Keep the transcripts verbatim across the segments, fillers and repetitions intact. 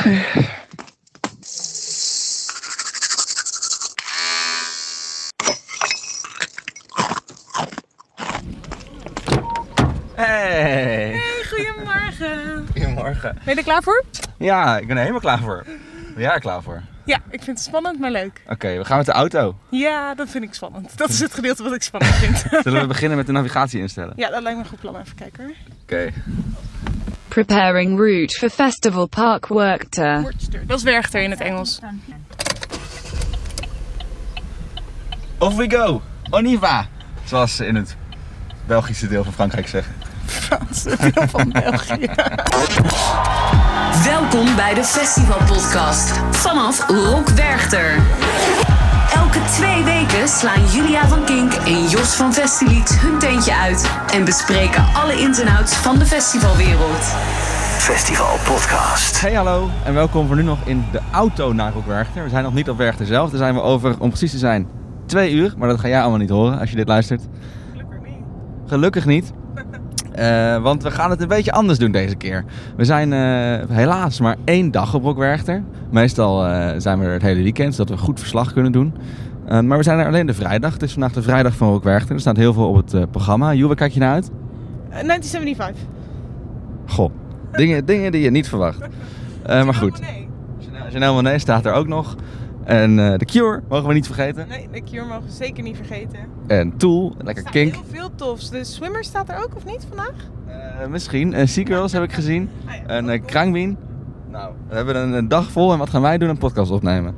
Hey! Hey, goedemorgen! Goedemorgen. Ben je er klaar voor? Ja, ik ben er helemaal klaar voor. Ben jij er klaar voor? Ja, ik vind het spannend, maar leuk. Oké, okay, we gaan met de auto. Ja, dat vind ik spannend. Dat is het gedeelte wat ik spannend vind. Zullen we beginnen met de navigatie instellen? Ja, dat lijkt me een goed plan. Even kijken hoor. Oké. Okay. Preparing route for Festival Park Werchter. Werchter. Dat is Werchter in het Engels. Off we go! On y va! Zoals ze in het Belgische deel van Frankrijk zeggen. Franse deel van België. Welkom bij de Festivalpodcast vanaf Rock Werchter. Elke twee weken slaan Julia van Kink en Jos van Festilied hun tentje uit en bespreken alle ins en outs van de festivalwereld. Festivalpodcast. Hey hallo en welkom voor nu nog in de auto naar Rock Werchter. We zijn nog niet op Werchter zelf, daar zijn we over, om precies te zijn, twee uur. Maar dat ga jij allemaal niet horen als je dit luistert. Gelukkig niet. Gelukkig niet. Uh, want we gaan het een beetje anders doen deze keer. We zijn uh, helaas maar één dag op Rock Werchter. Meestal uh, zijn we er het hele weekend, zodat we goed verslag kunnen doen. Uh, maar we zijn er alleen de vrijdag. Het is vandaag de vrijdag van Rock Werchter. Er staat heel veel op het uh, programma. Joe, waar kijk je naar uit? Uh, negentien zevenenvijftig. Goh, dingen, dingen die je niet verwacht. Uh, maar goed. Janelle Monáe staat er ook nog. En uh, The Cure mogen we niet vergeten. Nee, The Cure mogen we zeker niet vergeten. En Tool, lekker er Kink. Er staat heel veel tofs. De Swimmer staat er ook of niet vandaag? Uh, misschien. Uh, Seagirls heb ik gezien. En uh, Krangwien. Nou, we hebben een, een dag vol en wat gaan wij doen? Een podcast opnemen.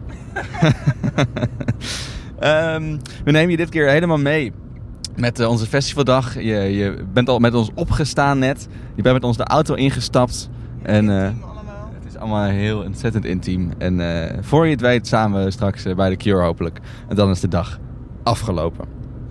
um, we nemen je dit keer helemaal mee met uh, onze festivaldag. Je, je bent al met ons opgestaan net. Je bent met ons de auto ingestapt. Ja, en, uh, het is allemaal heel ontzettend intiem. En uh, voor je het weet samen straks uh, bij The Cure hopelijk. En dan is de dag afgelopen.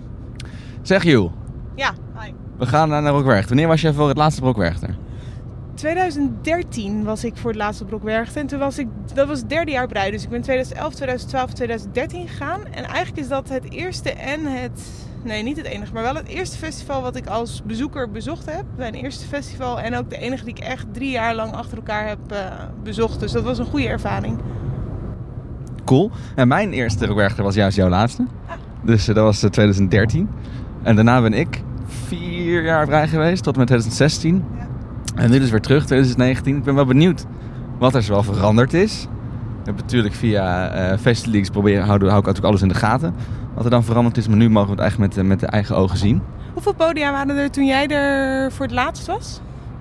Zeg Joel. Ja, hi. We gaan naar Rock Werchter. Wanneer was jij voor het laatste op Rock Werchter? twintig dertien was ik voor het laatst op Rock Werchter. En toen was ik, dat was het derde jaar breid. Dus ik ben twintig elf, twintig twaalf, twintig dertien gegaan. En eigenlijk is dat het eerste en het... Nee, niet het enige, maar wel het eerste festival wat ik als bezoeker bezocht heb. Mijn eerste festival en ook de enige die ik echt drie jaar lang achter elkaar heb uh, bezocht. Dus dat was een goede ervaring. Cool. En mijn eerste Rock Werchter was juist jouw laatste. Dus uh, dat was uh, twintig dertien. En daarna ben ik vier jaar vrij geweest, tot en met twintig zestien. Ja. En nu dus weer terug, twintig negentien. Ik ben wel benieuwd wat er zoal veranderd is. We hebben natuurlijk via uh, Festileaks proberen, hou, hou ik natuurlijk alles in de gaten. Wat er dan veranderd is, maar nu mogen we het eigenlijk met, met de eigen ogen zien. Hoeveel podia waren er toen jij er voor het laatst was?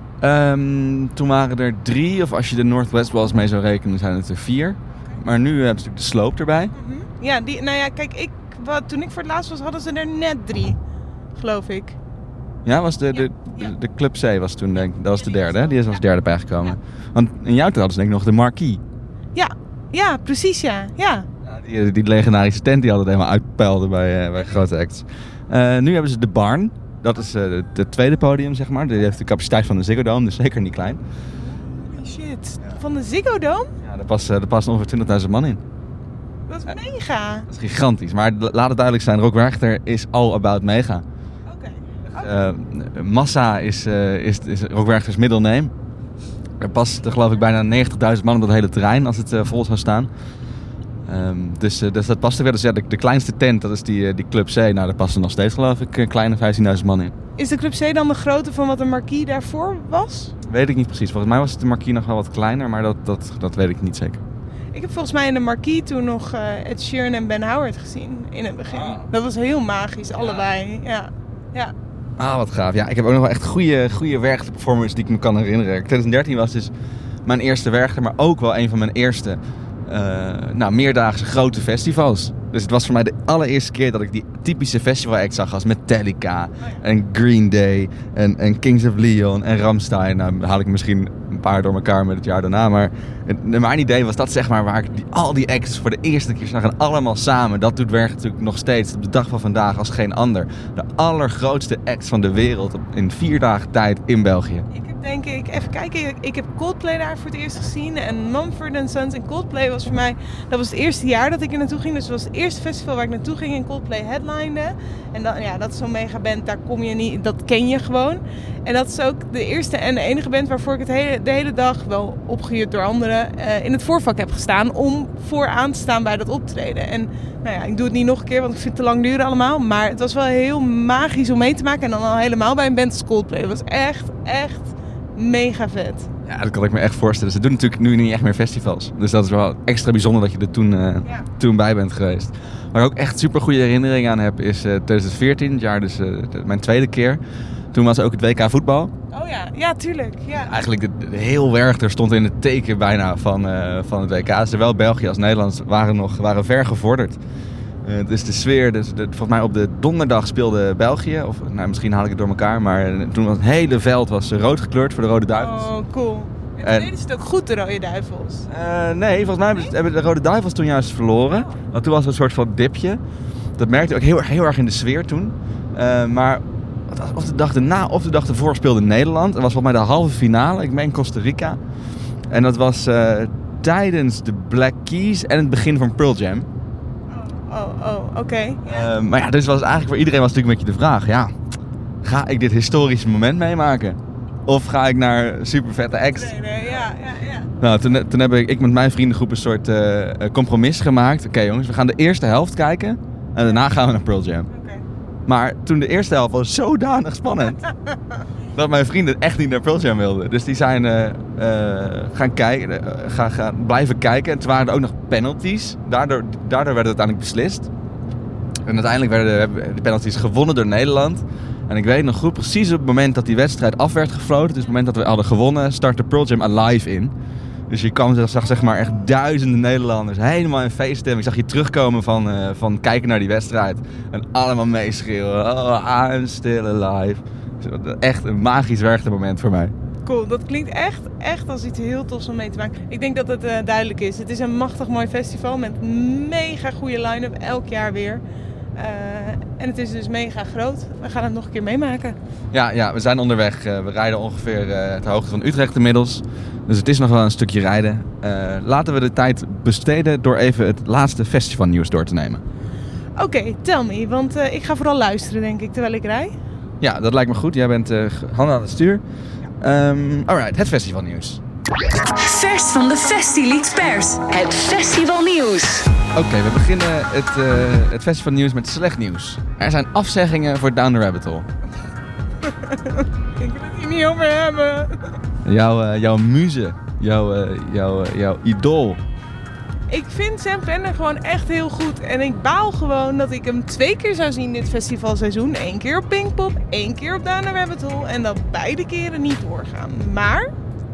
Um, toen waren er drie, of als je de Northwest Walls mee zou rekenen, zijn het er vier. Okay. Maar nu hebben ze natuurlijk de sloop erbij. Mm-hmm. Ja, die, nou ja, kijk, ik, wat, toen ik voor het laatst was, hadden ze er net drie, geloof ik. Ja, was de, de, ja. de, de Club C was toen, denk ik, dat was de derde, hè? Die is als derde bijgekomen. Ja. Want in jouw tijd hadden ze denk ik nog de Marquee. Ja, ja, precies ja, ja. ja die, die legendarische tent die altijd helemaal uitpeilde bij, uh, bij grote acts. Uh, nu hebben ze de Barn. Dat is uh, het tweede podium, zeg maar. Die heeft de capaciteit van de Ziggo Dome, dus zeker niet klein. Holy shit, van de Ziggo Dome? Ja, daar past, uh, daar past ongeveer twintigduizend man in. Dat is mega. Dat is gigantisch, maar laat het duidelijk zijn, Rock Werchter is all about mega. Oké. Okay. Uh, massa is, uh, is, is Rock Werchters middle name. Er past, geloof ik, bijna negentigduizend man op dat hele terrein als het uh, vol zou staan. Um, dus, uh, dus dat past er weer. Dus ja, de, de kleinste tent, dat is die, uh, die Club C. Nou, daar passen nog steeds, geloof ik, een kleine vijftienduizend man in. Is de Club C dan de grootte van wat de Marquee daarvoor was? Weet ik niet precies. Volgens mij was het de Marquee nog wel wat kleiner, maar dat, dat, dat weet ik niet zeker. Ik heb volgens mij in de Marquee toen nog uh, Ed Sheeran en Ben Howard gezien in het begin. Ah. Dat was heel magisch, allebei. Ja. Ja. Ah, wat gaaf. Ja, ik heb ook nog wel echt goede, goede Werchter performance die ik me kan herinneren. twintig dertien was dus mijn eerste Werchter, maar ook wel een van mijn eerste uh, nou, meerdaagse grote festivals. Dus het was voor mij de allereerste keer dat ik die typische festival act zag als Metallica oh ja. en Green Day en, en Kings of Leon en Rammstein. Nou, dan haal ik misschien een paar door elkaar met het jaar daarna. Maar het, mijn idee was dat zeg maar waar ik die, al die acts voor de eerste keer zag en allemaal samen. Dat doet Werchter natuurlijk nog steeds op de dag van vandaag als geen ander. De allergrootste acts van de wereld in vier dagen tijd in België. Ik heb denk ik. Even kijken, ik, ik heb Coldplay daar voor het eerst gezien. En Mumford and Sons en Coldplay was voor mij... Dat was het eerste jaar dat ik er naartoe ging. Dus het was het eerste festival waar ik naartoe ging en Coldplay headlinede. En dan, ja, dat is zo'n mega band, daar kom je niet... Dat ken je gewoon. En dat is ook de eerste en de enige band waarvoor ik het hele, de hele dag... wel opgehuurd door anderen, uh, in het voorvak heb gestaan... om vooraan te staan bij dat optreden. En nou ja, ik doe het niet nog een keer, want ik vind het te lang duren allemaal. Maar het was wel heel magisch om mee te maken. En dan al helemaal bij een band als Coldplay. Het was echt, echt mega vet. Ja, dat kan ik me echt voorstellen. Ze doen natuurlijk nu niet echt meer festivals. Dus dat is wel extra bijzonder dat je er toen, uh, ja. toen bij bent geweest. Waar ik ook echt super goede herinneringen aan heb is uh, twintig veertien. Het jaar dus uh, mijn tweede keer. Toen was ook het W K voetbal. Oh ja, ja tuurlijk. Ja. Eigenlijk de, de, heel Werchter stond in het teken bijna van, uh, van het W K. Zowel België als Nederland waren nog waren ver gevorderd. Uh, dus de sfeer, dus de, volgens mij op de donderdag speelde België. Of nou, misschien haal ik het door elkaar. Maar uh, toen was het hele veld was rood gekleurd voor de Rode Duivels. Oh, cool. En toen en, deden ze het ook goed, de Rode Duivels. Uh, nee, volgens mij nee? hebben de Rode Duivels toen juist verloren. Oh. Want toen was er een soort van dipje. Dat merkte ik ook heel, heel erg in de sfeer toen. Uh, maar of de dag erna of de dag ervoor speelde Nederland. Dat was volgens mij de halve finale. Ik meen Costa Rica. En dat was uh, tijdens de Black Keys en het begin van Pearl Jam. Oh, oh, oké. Okay. Yeah. Uh, maar ja, dus was eigenlijk voor iedereen was natuurlijk een beetje de vraag. Ja, ga ik dit historische moment meemaken? Of ga ik naar super vette acts? Nee, nee, ja, ja, ja. Nou, toen, toen heb ik, ik met mijn vriendengroep een soort uh, compromis gemaakt. Oké okay, jongens, we gaan de eerste helft kijken. En daarna gaan we naar Pearl Jam. Okay. Maar toen de eerste helft was zodanig spannend. dat mijn vrienden echt niet naar Pearl Jam wilden. Dus die zijn uh, uh, gaan kijken, uh, gaan, gaan blijven kijken. En toen waren er ook nog penalties. Daardoor, daardoor werd het uiteindelijk beslist. En uiteindelijk werden de penalties gewonnen door Nederland. En ik weet nog goed, precies op het moment dat die wedstrijd af werd gefloten, dus op het moment dat we hadden gewonnen, startte Pearl Jam Alive in. Dus je kwam, zag zeg maar echt duizenden Nederlanders helemaal in feeststemming. Ik zag je terugkomen van, uh, van kijken naar die wedstrijd. En allemaal meeschreeuwen. Oh, I'm still alive. Dus echt een magisch Werchter moment voor mij. Cool, dat klinkt echt, echt als iets heel tofs om mee te maken. Ik denk dat het uh, duidelijk is. Het is een machtig mooi festival met mega goede line-up elk jaar weer. Uh, en het is dus mega groot. We gaan het nog een keer meemaken. Ja, ja we zijn onderweg. Uh, we rijden ongeveer uh, ter hoogte van Utrecht inmiddels. Dus het is nog wel een stukje rijden. Uh, laten we de tijd besteden door even het laatste festivalnieuws door te nemen. Oké, okay, tell me. Want uh, ik ga vooral luisteren, denk ik, terwijl ik rij. Ja, dat lijkt me goed. Jij bent uh, handen aan het stuur. Um, alright, het festivalnieuws. Vers van de Festilieds pers. Het festivalnieuws. Oké, okay, we beginnen het, uh, het festivalnieuws met slecht nieuws. Er zijn afzeggingen voor Down the Rabbit Hole. Ik wil het hier niet over hebben. Jouw, uh, jouw muze, jouw, uh, jouw, uh, jouw idool. Ik vind Sam Fender gewoon echt heel goed. En ik baal gewoon dat ik hem twee keer zou zien dit festivalseizoen. Eén keer op Pinkpop, één keer op Down the Rabbit Hole. En dat beide keren niet doorgaan. Maar,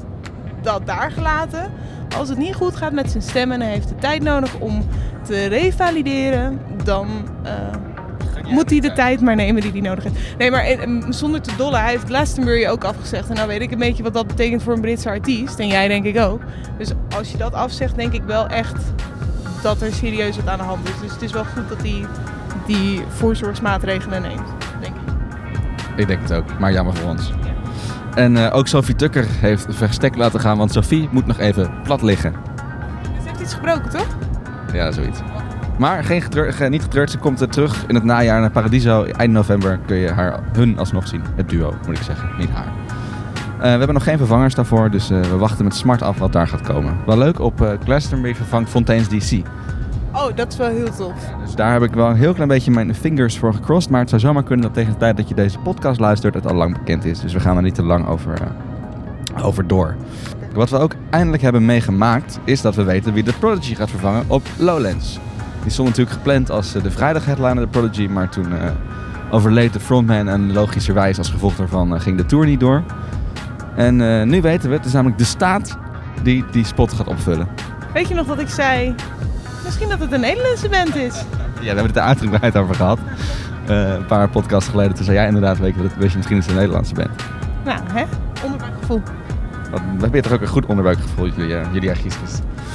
dat daar gelaten, als het niet goed gaat met zijn stem en hij heeft de tijd nodig om te revalideren, dan uh, moet hij de tijd maar nemen die hij nodig heeft. Nee, maar uh, zonder te dollen, hij heeft Glastonbury ook afgezegd. En nou weet ik een beetje wat dat betekent voor een Britse artiest. En jij denk ik ook. Dus als je dat afzegt, denk ik wel echt dat er serieus wat aan de hand is. Dus het is wel goed dat hij die voorzorgsmaatregelen neemt, denk ik. Ik denk het ook, maar jammer voor ons. Ja. En uh, ook Sophie Tukker heeft een verstek laten gaan, want Sophie moet nog even plat liggen. Dus heeft iets gebroken, toch? Ja, zoiets. Maar geen getreur, niet getreurd, ze komt er terug in het najaar naar Paradiso. Eind november kun je haar, hun alsnog zien. Het duo, moet ik zeggen, niet haar. Uh, we hebben nog geen vervangers daarvoor, dus uh, we wachten met smart af wat daar gaat komen. Wel leuk, op uh, Glastonbury vervangt Fontaines D C. Oh, dat is wel heel tof. Ja, dus daar heb ik wel een heel klein beetje mijn fingers voor gecrossed. Maar het zou zomaar kunnen dat tegen de tijd dat je deze podcast luistert het al lang bekend is. Dus we gaan er niet te lang over, uh, over door. Wat we ook eindelijk hebben meegemaakt is dat we weten wie The Prodigy gaat vervangen op Lowlands. Die stond natuurlijk gepland als uh, de vrijdag headliner The Prodigy. Maar toen uh, overleed de frontman en logischerwijs als gevolg daarvan uh, ging de tour niet door. En uh, nu weten we, het is namelijk de Staat die die spot gaat opvullen. Weet je nog dat ik zei, misschien dat het een Nederlandse band is? Ja, we hebben het er uitgebreid over gehad. Uh, een paar podcasts geleden, toen zei jij inderdaad, weet je, weet je misschien is het een Nederlandse band. Nou, hè? Onderbuikgevoel. Wat, we hebben toch ook een goed onderbuikgevoel, jullie, uh, jullie archieves.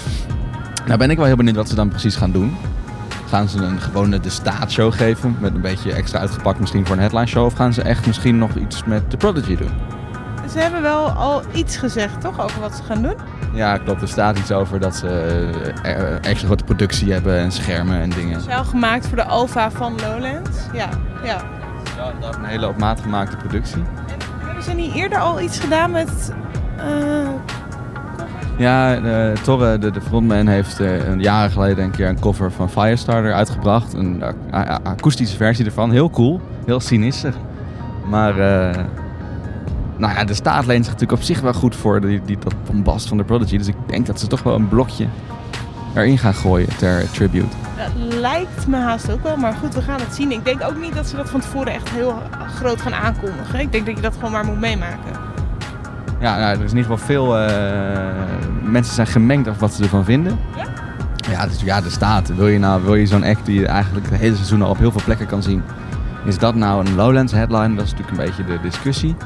Nou ben ik wel heel benieuwd wat ze dan precies gaan doen. Gaan ze een gewone de Staat-show geven, met een beetje extra uitgepakt misschien voor een headline show? Of gaan ze echt misschien nog iets met The Prodigy doen? ze hebben wel al iets gezegd, toch? Over wat ze gaan doen? Ja, klopt. Er staat iets over dat ze uh, extra grote productie hebben en schermen en dingen. Speciaal gemaakt voor de Alpha van Lowlands. Ja, ja. Ja, inderdaad een hele op maat gemaakte productie. En hebben ze niet eerder al iets gedaan met... Uh... Ja, de, Torre, de, de frontman, heeft uh, een jaren geleden een keer een cover van Firestarter uitgebracht. Een a- a- akoestische versie ervan. Heel cool, heel cynisch. Maar uh, nou ja, de staat leent zich natuurlijk op zich wel goed voor die, die, dat bombast van de Prodigy. Dus ik denk dat ze toch wel een blokje erin gaan gooien ter tribute. Dat lijkt me haast ook wel, maar goed, we gaan het zien. Ik denk ook niet dat ze dat van tevoren echt heel groot gaan aankondigen. Ik denk dat je dat gewoon maar moet meemaken. Ja, nou, er is in ieder geval veel... Uh, mensen zijn gemengd over wat ze ervan vinden. Ja? Ja, dus, ja, de staat. Wil je, nou, wil je zo'n act die je eigenlijk het hele seizoen al op heel veel plekken kan zien? Is dat nou een Lowlands headline? Dat is natuurlijk een beetje de discussie.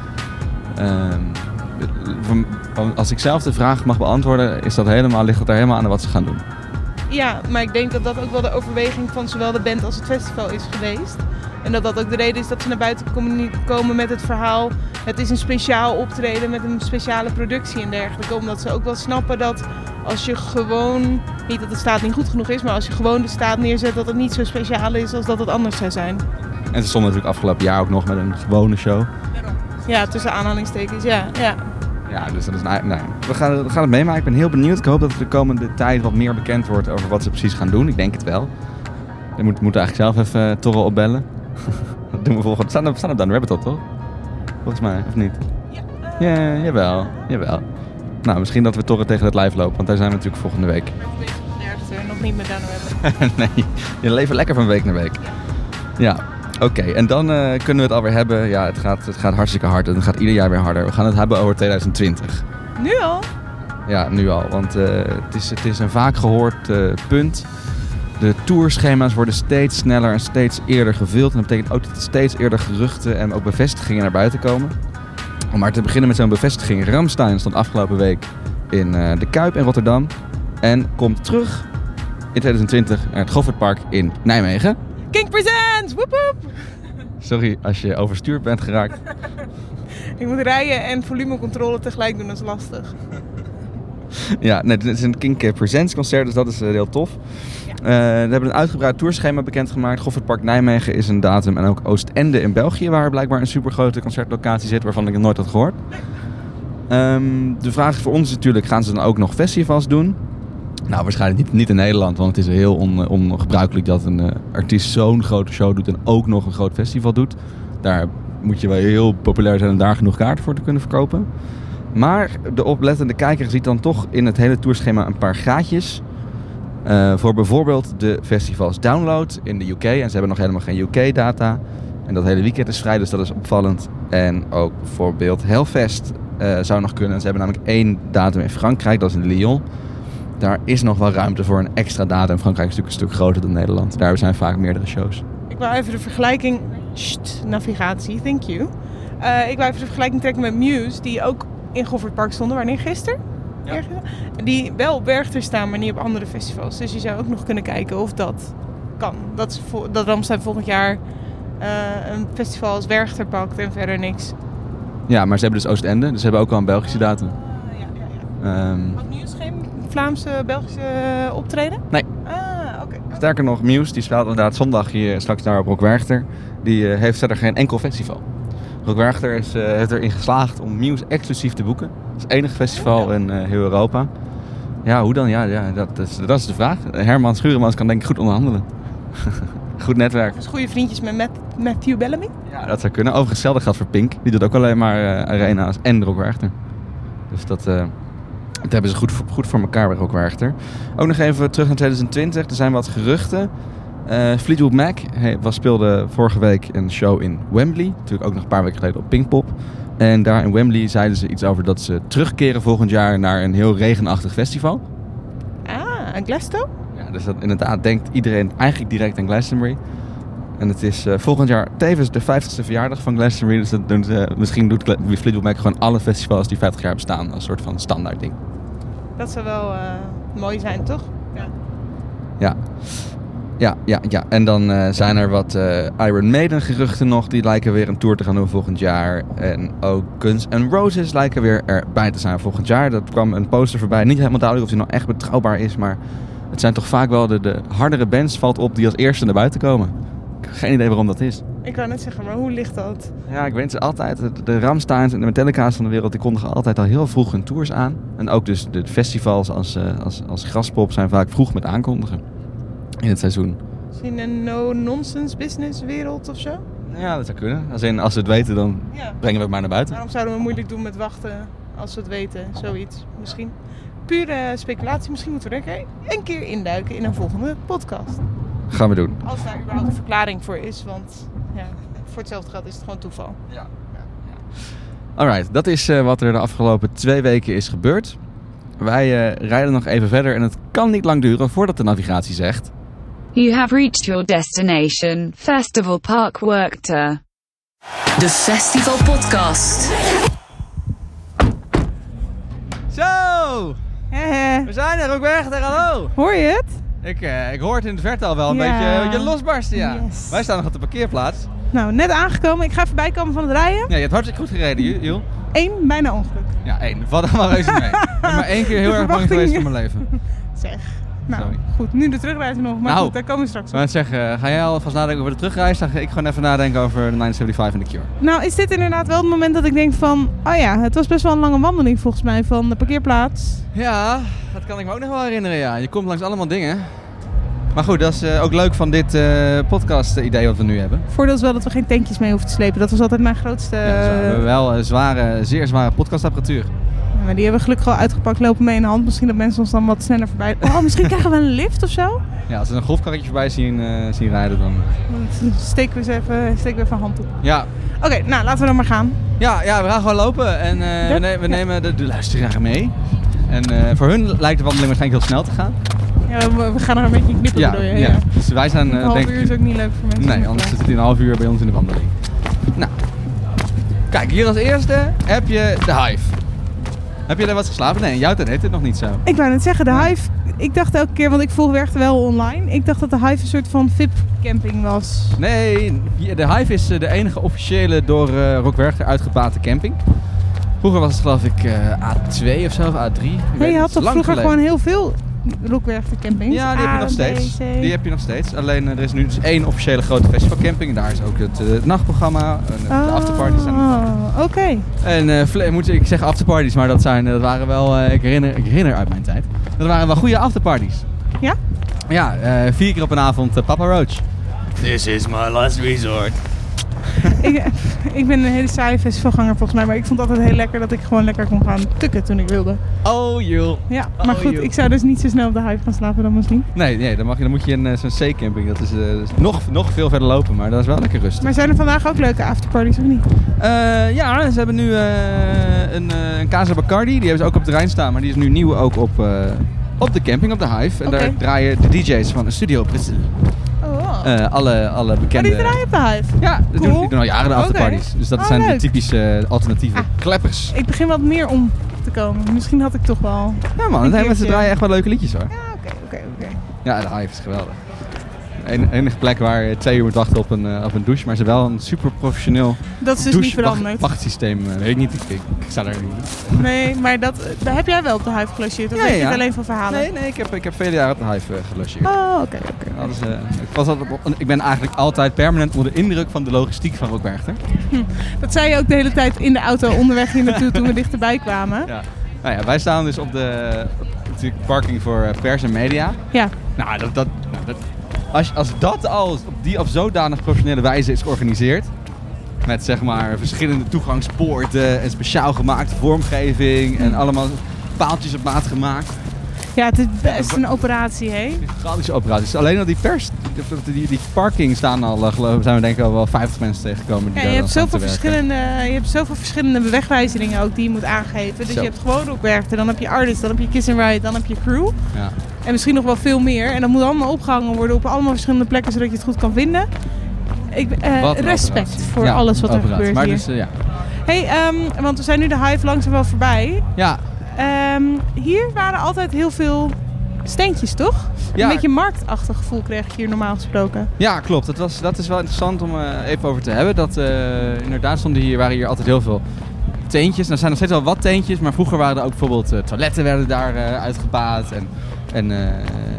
Um, als ik zelf de vraag mag beantwoorden, is dat helemaal, ligt het er helemaal aan wat ze gaan doen. Ja, maar ik denk dat dat ook wel de overweging van zowel de band als het festival is geweest. En dat dat ook de reden is dat ze naar buiten komen met het verhaal. Het is een speciaal optreden met een speciale productie en dergelijke. Omdat ze ook wel snappen dat als je gewoon, niet dat de staat niet goed genoeg is, maar als je gewoon de staat neerzet, dat het niet zo speciaal is als dat het anders zou zijn. En ze stonden natuurlijk afgelopen jaar ook nog met een gewone show. Ja, tussen aanhalingstekens, ja. ja. Ja, dus dat is een, nou, we, gaan, we gaan het meemaken. Ik ben heel benieuwd. Ik hoop dat er de komende tijd wat meer bekend wordt over wat ze precies gaan doen. Ik denk het wel. We moeten moet eigenlijk zelf even uh, Torre opbellen. Dat doen we volgende. We staan op Dan Rabbit Hole, toch? Volgens mij, of niet? Ja, uh, ja, jawel, jawel. Nou, misschien dat we Torre tegen het live lopen, want daar zijn we natuurlijk volgende week. Ik ben bezig met de nog niet met Dan Rabbit. Nee, je leeft lekker van week naar week. Ja, oké. Okay. En dan uh, kunnen we het alweer hebben. Ja, het gaat, het gaat hartstikke hard en het gaat ieder jaar weer harder. We gaan het hebben over twintig twintig. Nu al? Ja, nu al. Want uh, het, is, het is een vaak gehoord uh, punt. De tourschema's worden steeds sneller en steeds eerder gevuld. En dat betekent ook dat er steeds eerder geruchten en ook bevestigingen naar buiten komen. Om maar te beginnen met zo'n bevestiging. Rammstein stond afgelopen week in uh, de Kuip in Rotterdam. En komt terug in twintig twintig naar het Goffertpark in Nijmegen. Kink Presents! Woep woep! Sorry als je overstuurd bent geraakt. Ik moet rijden en volumecontrole tegelijk doen, dat is lastig. Ja, nee, het is een Kink Presents concert, dus dat is uh, heel tof. Ja. Uh, we hebben een uitgebreid tourschema bekendgemaakt. Goffertpark Nijmegen is een datum en ook Oostende in België, waar blijkbaar een supergrote concertlocatie zit, waarvan ik nog nooit had gehoord. Um, de vraag voor ons is natuurlijk, gaan ze dan ook nog festivals doen? Nou, waarschijnlijk niet, niet in Nederland, want het is heel on, ongebruikelijk dat een uh, artiest zo'n grote show doet en ook nog een groot festival doet. Daar moet je wel heel populair zijn om daar genoeg kaarten voor te kunnen verkopen. Maar de oplettende kijker ziet dan toch in het hele tourschema een paar gaatjes. Uh, voor bijvoorbeeld de festivals Download in de U K. En ze hebben nog helemaal geen U K-data. En dat hele weekend is vrij, dus dat is opvallend. En ook bijvoorbeeld Hellfest uh, zou nog kunnen. Ze hebben namelijk één datum in Frankrijk, dat is in Lyon. Daar is nog wel ruimte voor een extra datum. Frankrijk is natuurlijk een stuk groter dan Nederland. Daar zijn vaak meerdere shows. Ik wou even de vergelijking... Sst, navigatie, thank you. Uh, ik wou even de vergelijking trekken met Muse, die ook in Goffertpark stonden. Wanneer? Gisteren? Ja. Die wel op Werchter staan, maar niet op andere festivals. Dus je zou ook nog kunnen kijken of dat kan. Dat, is vo- dat Rammstein volgend jaar uh, een festival als Werchter pakt en verder niks. Ja, maar ze hebben dus Oostende. Dus ze hebben ook al een Belgische datum. Uh, ja, ja, ja. Um, Had Muse geen Vlaamse, Belgische optreden? Nee. Ah, oké. Okay. Sterker nog, Muse, die speelt inderdaad zondag hier straks daar op Rock Werchter. Die uh, heeft verder geen enkel festival. Rock Werchter is, uh, heeft erin geslaagd om Muse exclusief te boeken. Dat is het enige festival in uh, heel Europa. Ja, hoe dan? Ja, ja dat, is, dat is de vraag. Herman Schuremans kan denk ik goed onderhandelen. Goed netwerk. Dus goede vriendjes met Matt, Matthew Bellamy? Ja, dat zou kunnen. Overigens hetzelfde geldt voor Pink. Die doet ook alleen maar uh, arena's en Rock Werchter. Dus dat, uh, dat hebben ze goed, goed voor elkaar bij Rock Werchter. Ook nog even terug naar twintig twintig. Er zijn wat geruchten. Uh, Fleetwood Mac hey, was, speelde vorige week een show in Wembley. Natuurlijk ook nog een paar weken geleden op Pinkpop. En daar in Wembley zeiden ze iets over dat ze terugkeren volgend jaar naar een heel regenachtig festival. Ah, aan Glasgow? Ja, dus dat inderdaad denkt iedereen eigenlijk direct aan Glastonbury. En het is uh, volgend jaar tevens de vijftigste verjaardag van Glastonbury. Dus dat doen ze, misschien doet Fleetwood Mac gewoon alle festivals die vijftig jaar bestaan als een soort van standaard ding. Dat zou wel uh, mooi zijn, toch? Ja. Ja. Ja, ja, ja. En dan uh, zijn er wat uh, Iron Maiden geruchten nog. Die lijken weer een tour te gaan doen volgend jaar. En ook Guns N' Roses lijken weer erbij te zijn volgend jaar. Dat kwam een poster voorbij. Niet helemaal duidelijk of die nou echt betrouwbaar is. Maar het zijn toch vaak wel de, de hardere bands valt op die als eerste naar buiten komen. Ik heb geen idee waarom dat is. Ik wou net zeggen, maar hoe ligt dat? Ja, ik weet het altijd. De, de Rammsteins en de Metallica's van de wereld die kondigen altijd al heel vroeg hun tours aan. En ook dus de festivals als, uh, als, als Graspop zijn vaak vroeg met aankondigen. In het seizoen. Misschien een no-nonsense business wereld of zo? Ja, dat zou kunnen. Als, in, als we het weten, dan ja. brengen we het maar naar buiten. Waarom zouden we moeilijk doen met wachten als we het weten? Zoiets misschien. Pure speculatie. Misschien moeten we er een keer induiken in een volgende podcast. Gaan we doen. Als daar überhaupt een verklaring voor is. Want ja, voor hetzelfde geld is het gewoon toeval. Ja. ja, ja. Alright, dat is uh, wat er de afgelopen twee weken is gebeurd. Wij uh, rijden nog even verder en het kan niet lang duren voordat de navigatie zegt... You have reached your destination, Festival Park Werchter. De Festival Podcast. Zo! Hehe. We zijn er ook Werchter, hallo! Hoor je het? Ik, uh, ik hoor het in de verte al wel een ja. beetje, een beetje losbarsten, ja. Yes. Wij staan nog op de parkeerplaats. Nou, net aangekomen. Ik ga even bijkomen van het rijden. Ja, je hebt hartstikke goed gereden, Jules. Eén bijna ongeluk. Ja, één. Valt er maar reuze mee. Ik ben maar één keer heel erg bang geweest voor mijn leven. Zeg. Nou, Sorry. goed. Nu de terugreis nog. Maar nou, goed, daar komen we straks op. Ik zeggen, ga jij alvast nadenken over de terugreis? Dan ga ik gewoon even nadenken over de negen zevenenzeventig en de Cure. Nou, is dit inderdaad wel het moment dat ik denk van... Oh ja, het was best wel een lange wandeling volgens mij van de parkeerplaats. Ja, dat kan ik me ook nog wel herinneren, ja. Je komt langs allemaal dingen. Maar goed, dat is uh, ook leuk van dit uh, podcast-idee wat we nu hebben. Voordeel is wel dat we geen tankjes mee hoeven te slepen. Dat was altijd mijn grootste... Ja, we hebben wel een zware, zeer zware podcastapparatuur. Ja, maar die hebben we gelukkig al uitgepakt, lopen mee in de hand. Misschien dat mensen ons dan wat sneller voorbij... Oh, misschien krijgen we een lift of zo? Ja, als we een golfkarretje voorbij zien, uh, zien rijden, dan... Dan steken we eens even, steken we even een hand op. Ja. Oké, okay, nou, laten we dan maar gaan. Ja, ja we gaan gewoon lopen en uh, we, ne- we nemen de, de luisteraar mee. En uh, voor hun lijkt de wandeling waarschijnlijk heel snel te gaan. Ja, we, we gaan er een beetje knippen ja, door je. Ja, ja. dus wij zijn... Uh, een half denk, uur is ook niet leuk voor mensen. Nee, anders zit het in een half uur bij ons in de wandeling. Nou, kijk, hier als eerste heb je de Hive. Heb je daar wat geslapen? Nee, in jouw tijd heet het nog niet zo. Ik wou net zeggen, de nee. Hive... Ik dacht elke keer, want ik volg Werchter wel online. Ik dacht dat de Hive een soort van V I P-camping was. Nee, de Hive is de enige officiële door uh, Rock Werchter uitgebate camping. Vroeger was het geloof ik uh, A twee of zo, of A drie. Nee, je had toch vroeger geleden. gewoon heel veel Rock Werchter campings? Ja, die heb je nog steeds. Die heb je nog steeds. Alleen uh, er is nu dus één officiële grote festivalcamping. Daar is ook het, uh, het nachtprogramma, uh, oh, de afterparties zijn ervan. Oké. Okay. En uh, fl- moet ik zeggen afterparties, maar dat, zijn, dat waren wel, uh, ik, herinner, ik herinner uit mijn tijd. Dat waren wel goede afterparties. Ja? Ja, uh, vier keer op een avond uh, Papa Roach. This is my last resort. ik, ik ben een hele saaie festivalganger volgens mij, maar ik vond het altijd heel lekker dat ik gewoon lekker kon gaan tukken toen ik wilde. Oh joh. Ja, maar oh, goed, joh. Ik zou dus niet zo snel op de Hive gaan slapen dan misschien. Nee, nee dan, mag je, dan moet je in uh, zo'n C-camping, dat is uh, nog, nog veel verder lopen, maar dat is wel lekker rustig. Maar zijn er vandaag ook leuke afterparties of niet? Uh, ja, ze hebben nu uh, een, uh, een Casa Bacardi, die hebben ze ook op het terrein staan, maar die is nu nieuw ook op, uh, op de camping, op de Hive. En okay. Daar draaien de D J's van Studio Brazil. Uh, alle, alle bekende... Maar die draaien op de Hive? Ja, die, cool. doen, die doen al jaren de afterparties. Okay. Dus dat oh, zijn leuk. de typische uh, alternatieve ah, kleppers. Ik begin wat meer om te komen. Misschien had ik toch wel... Ja man, ze draaien echt wel leuke liedjes hoor. Ja, oké, oké, oké. Ja, de Hive is geweldig. De enige plek waar je twee uur moet wachten op een, uh, op een douche, maar ze hebben wel een super professioneel dat is dus douche- niet veranderd. Wacht, wachtsysteem. Uh, weet ik niet, ik, ik, ik sta daar niet. Nee, maar dat, daar heb jij wel op de Hive gelogeerd? Of ja, weet je ja. het alleen van verhalen? Nee, nee, ik heb, ik heb vele jaren op de Hive uh, gelogeerd. Oh, oké, oké. Ik, ik ben eigenlijk altijd permanent onder de indruk van de logistiek van Rock Werchter. Hm, dat zei je ook de hele tijd in de auto onderweg hier naartoe toen we dichterbij kwamen. Ja. Nou ja, wij staan dus op de op parking voor uh, pers en media. Ja. Nou, dat... dat, nou, dat Als, als dat al op die of zodanig professionele wijze is georganiseerd, met zeg maar verschillende toegangspoorten en speciaal gemaakte vormgeving en allemaal paaltjes op maat gemaakt. Ja, het is best een operatie, hè? Een gigantische operatie. Alleen al die pers, die, die, die parking staan al, geloof, zijn we denk ik al wel vijftig mensen tegengekomen. Die ja, je hebt, zoveel verschillende, werken. je hebt zoveel verschillende wegwijzeringen ook die je moet aangeven. Dus Zo. je hebt gewoon Rock Werchter, dan heb je artist, dan heb je Kiss and Ride, dan heb je crew. Ja. En misschien nog wel veel meer. En dat moet allemaal opgehangen worden op allemaal verschillende plekken, zodat je het goed kan vinden. Ik, uh, respect voor ja, alles wat er gebeurt maar hier. Dus, uh, ja. Hey, um, want we zijn nu de Hive langzaam wel voorbij. Ja. Um, hier waren altijd heel veel steentjes, toch? Ja. Een beetje marktachtig gevoel kreeg ik hier normaal gesproken. Ja, klopt. Dat, was, dat is wel interessant om uh, even over te hebben. Dat uh, inderdaad stonden hier, waren hier altijd heel veel teentjes. Nou, er zijn nog steeds wel wat teentjes, maar vroeger waren er ook bijvoorbeeld uh, toiletten werden daar uh, uitgebaat en, en, uh,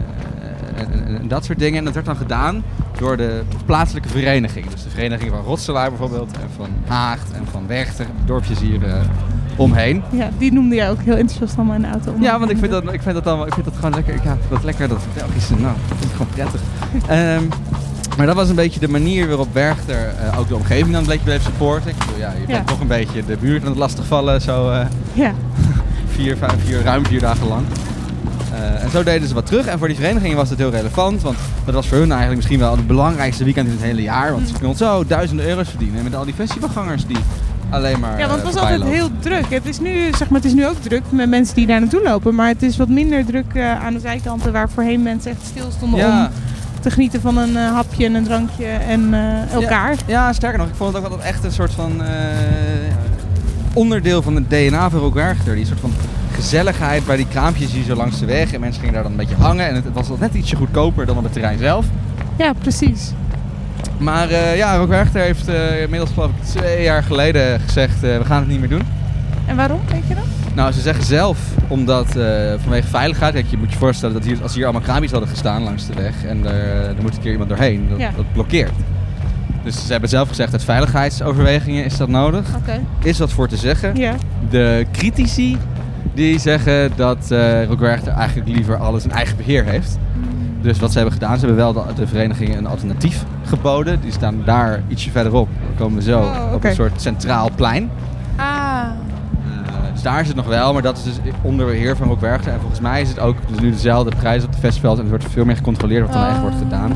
en, en, en dat soort dingen. En dat werd dan gedaan door de plaatselijke vereniging. Dus de vereniging van Rotselaar bijvoorbeeld en van Haagt en van Werchter, dorpjes hier uh, omheen. Ja, die noemde jij ook heel enthousiast allemaal in de auto. Ja, want ik vind dat, ik vind dat, dan, ik vind dat gewoon lekker. Ik ja, vind dat lekker, dat Belgische, nou, dat vind ik gewoon prettig. Um, maar dat was een beetje de manier waarop Werchter uh, ook de omgeving dan een beetje bleef supporten. Ik bedoel, ja, je bent ja. toch een beetje de buurt aan het lastigvallen, zo uh, ja. vier, vijf, vier, ruim vier dagen lang. Uh, en zo deden ze wat terug. En voor die verenigingen was het heel relevant, want dat was voor hun eigenlijk misschien wel het belangrijkste weekend in het hele jaar. Want ze konden zo duizenden euro's verdienen met al die festivalgangers die alleen maar. Ja, want het was altijd lopen. heel druk. Het is, nu, zeg maar, het is nu ook druk met mensen die daar naartoe lopen, maar het is wat minder druk uh, aan de zijkanten waar voorheen mensen echt stil stonden ja. om te genieten van een uh, hapje en een drankje en uh, elkaar. Ja, ja, sterker nog, ik vond het ook altijd echt een soort van uh, onderdeel van het D N A van Rock Werchter. Die soort van gezelligheid bij die kraampjes hier zo langs de weg. En mensen gingen daar dan een beetje hangen. En het, het was net ietsje goedkoper dan op het terrein zelf. Ja, precies. Maar uh, ja, Rock Werchter heeft uh, inmiddels geloof ik twee jaar geleden gezegd, uh, we gaan het niet meer doen. En waarom, weet je dat? Nou, ze zeggen zelf, omdat uh, vanwege veiligheid. Kijk, je moet je voorstellen dat hier, als hier allemaal kraampjes hadden gestaan langs de weg. En er, er moet een keer iemand doorheen. Dat, ja. dat blokkeert. Dus ze hebben zelf gezegd, uit veiligheidsoverwegingen is dat nodig. Okay. Is wat voor te zeggen. Ja. De critici die zeggen dat uh, Rock Werchter eigenlijk liever alles in eigen beheer heeft. Dus wat ze hebben gedaan, ze hebben wel de, de verenigingen een alternatief geboden. Die staan daar ietsje verderop. Dan komen we zo oh, okay. op een soort centraal plein. Ah. Uh, dus daar is het nog wel, maar dat is dus onder beheer van Rock Werchter. En volgens mij is het ook dus nu dezelfde prijs op de festivals en er wordt veel meer gecontroleerd wat dan oh. echt wordt gedaan.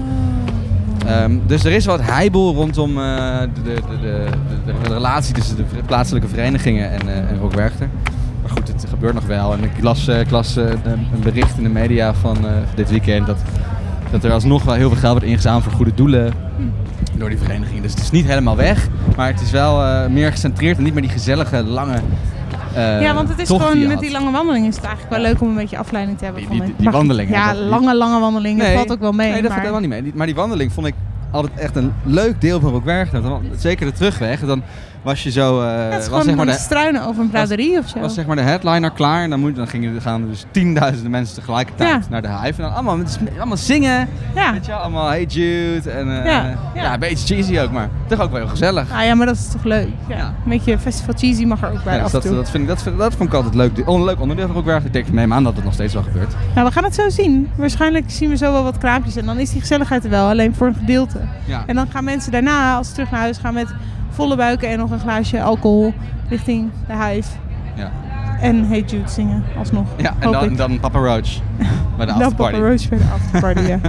Um, dus er is wat heibel rondom uh, de, de, de, de, de relatie tussen de plaatselijke verenigingen en, uh, en Rock Werchter. Maar goed, het gebeurt nog wel. En ik las, uh, ik las uh, een bericht in de media van uh, dit weekend dat, dat er alsnog wel heel veel geld wordt ingezameld voor goede doelen door die vereniging. Dus het is niet helemaal weg, maar het is wel uh, meer gecentreerd en niet meer die gezellige, lange uh, ja, want het is gewoon die met die lange wandelingen is het eigenlijk wel leuk om een beetje afleiding te hebben. Die, die, die, die wandelingen. Ja, dat, lange, lange wandelingen nee, valt ook wel mee. Nee, dat maar... valt helemaal niet mee. Maar die wandeling vond ik altijd echt een leuk deel van Rock Werchter. Zeker de terugweg. Dan was je zo... Uh, ja, het is was, gewoon zeg maar, de, struinen over een braderie of zo. Was zeg maar de headliner klaar en dan, moet, dan gingen, gaan er dus tienduizenden mensen tegelijkertijd ja. naar de Hive. En dan allemaal, allemaal zingen. Ja. Weet je wel, allemaal Hey Jude. En uh, ja. Ja. ja, een beetje cheesy ook, maar toch ook wel heel gezellig. Ah, ja, maar dat is toch leuk. Ja. Ja. Een beetje festival cheesy mag er ook bij ja, af en toe. Dat, dat, vind ik, dat, vind, dat vond ik altijd leuk. Een leuk onderdeel van Rock Werchter. Ik denk neem aan dat het nog steeds wel gebeurt. Nou, we gaan het zo zien. Waarschijnlijk zien we zo wel wat kraampjes en dan is die gezelligheid er wel, alleen voor een gedeelte. Ja. En dan gaan mensen daarna, als ze terug naar huis gaan, met volle buiken en nog een glaasje alcohol richting de Hive. Ja. En Hey Jude zingen, alsnog. Ja, en dan, dan Papa Roach bij de afterparty. Dan Papa Roach bij de afterparty, ja.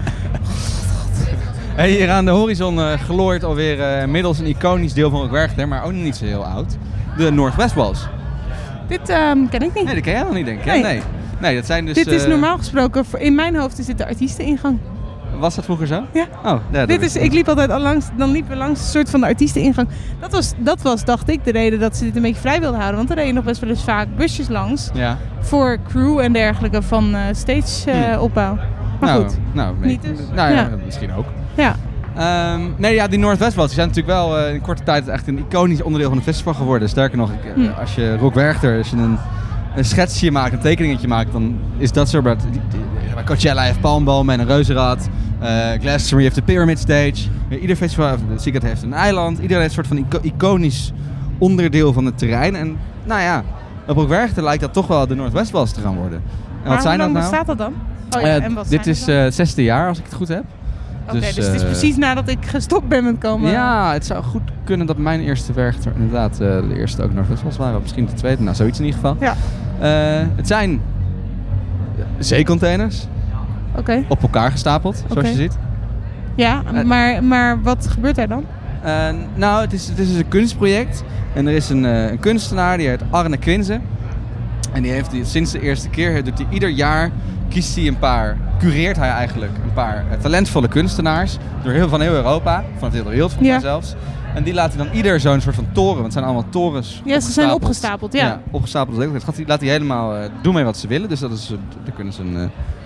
Hey, hier aan de horizon uh, glooit alweer uh, middels een iconisch deel van Rock Werchter, maar ook nog niet zo heel oud. De Northwest Walls. Dit um, ken ik niet. Nee, dat ken jij nog niet, denk ik. Nee. nee. Nee, dat zijn dus... Dit is uh, normaal gesproken, in mijn hoofd is dit de artiesteningang. Was dat vroeger zo? Ja. Oh, ja, dit is, ik liep altijd al langs, dan liepen we langs een soort van de artiesteningang. Dat was, dat was, dacht ik, de reden dat ze dit een beetje vrij wilden houden. Want er reden nog best wel eens vaak busjes langs. Ja. Voor crew en dergelijke van uh, stage uh, hmm. opbouw. Maar nou, goed, nou, niet dus. Nou ja, ja. misschien ook. Ja. Um, nee, ja, die Northwest Walls die zijn natuurlijk wel uh, in korte tijd echt een iconisch onderdeel van het festival geworden. Sterker nog, ik, uh, als je Rock Werchter, als je een, een schetsje maakt, een tekeningetje maakt, dan is dat zo. Bij Coachella heeft palmbomen en een reuzenrad. Uh, Glastonbury heeft de Pyramid Stage. Uh, ieder festival, Secret heeft een eiland. Iedereen heeft een soort van ico- iconisch onderdeel van het terrein. En nou ja, op Rock Werchter lijkt dat toch wel de Northwest Walls te gaan worden. En maar wat zijn hoe lang dat nou? bestaat dat dan? Oh, ja, uh, en wat dit is uh, het zesde jaar, als ik het goed heb. Oké, okay, dus, dus het is uh, precies nadat ik gestopt ben met komen. Ja, het zou goed kunnen dat mijn eerste Werchter inderdaad uh, de eerste ook Northwest Walls waren. Of misschien de tweede, nou zoiets in ieder geval. Ja. Uh, het zijn zeecontainers. Okay. Op elkaar gestapeld, zoals okay. je ziet. Ja, maar, maar wat gebeurt er dan? Uh, nou, het is, het is een kunstproject. En er is een, uh, een kunstenaar, die heet Arne Quinze. En die heeft die, sinds de eerste keer, doet hij ieder jaar, kiest hij een paar, cureert hij eigenlijk een paar uh, talentvolle kunstenaars. Door heel, van heel Europa, van de hele wereld volgens mij ja. zelfs. En die laten dan ieder zo'n soort van toren, want het zijn allemaal torens. Ja, ze zijn opgestapeld, ja. ja opgestapeld. Dat laat hij helemaal uh, doen mee wat ze willen. Dus dat is, uh, daar kunnen ze een... Uh,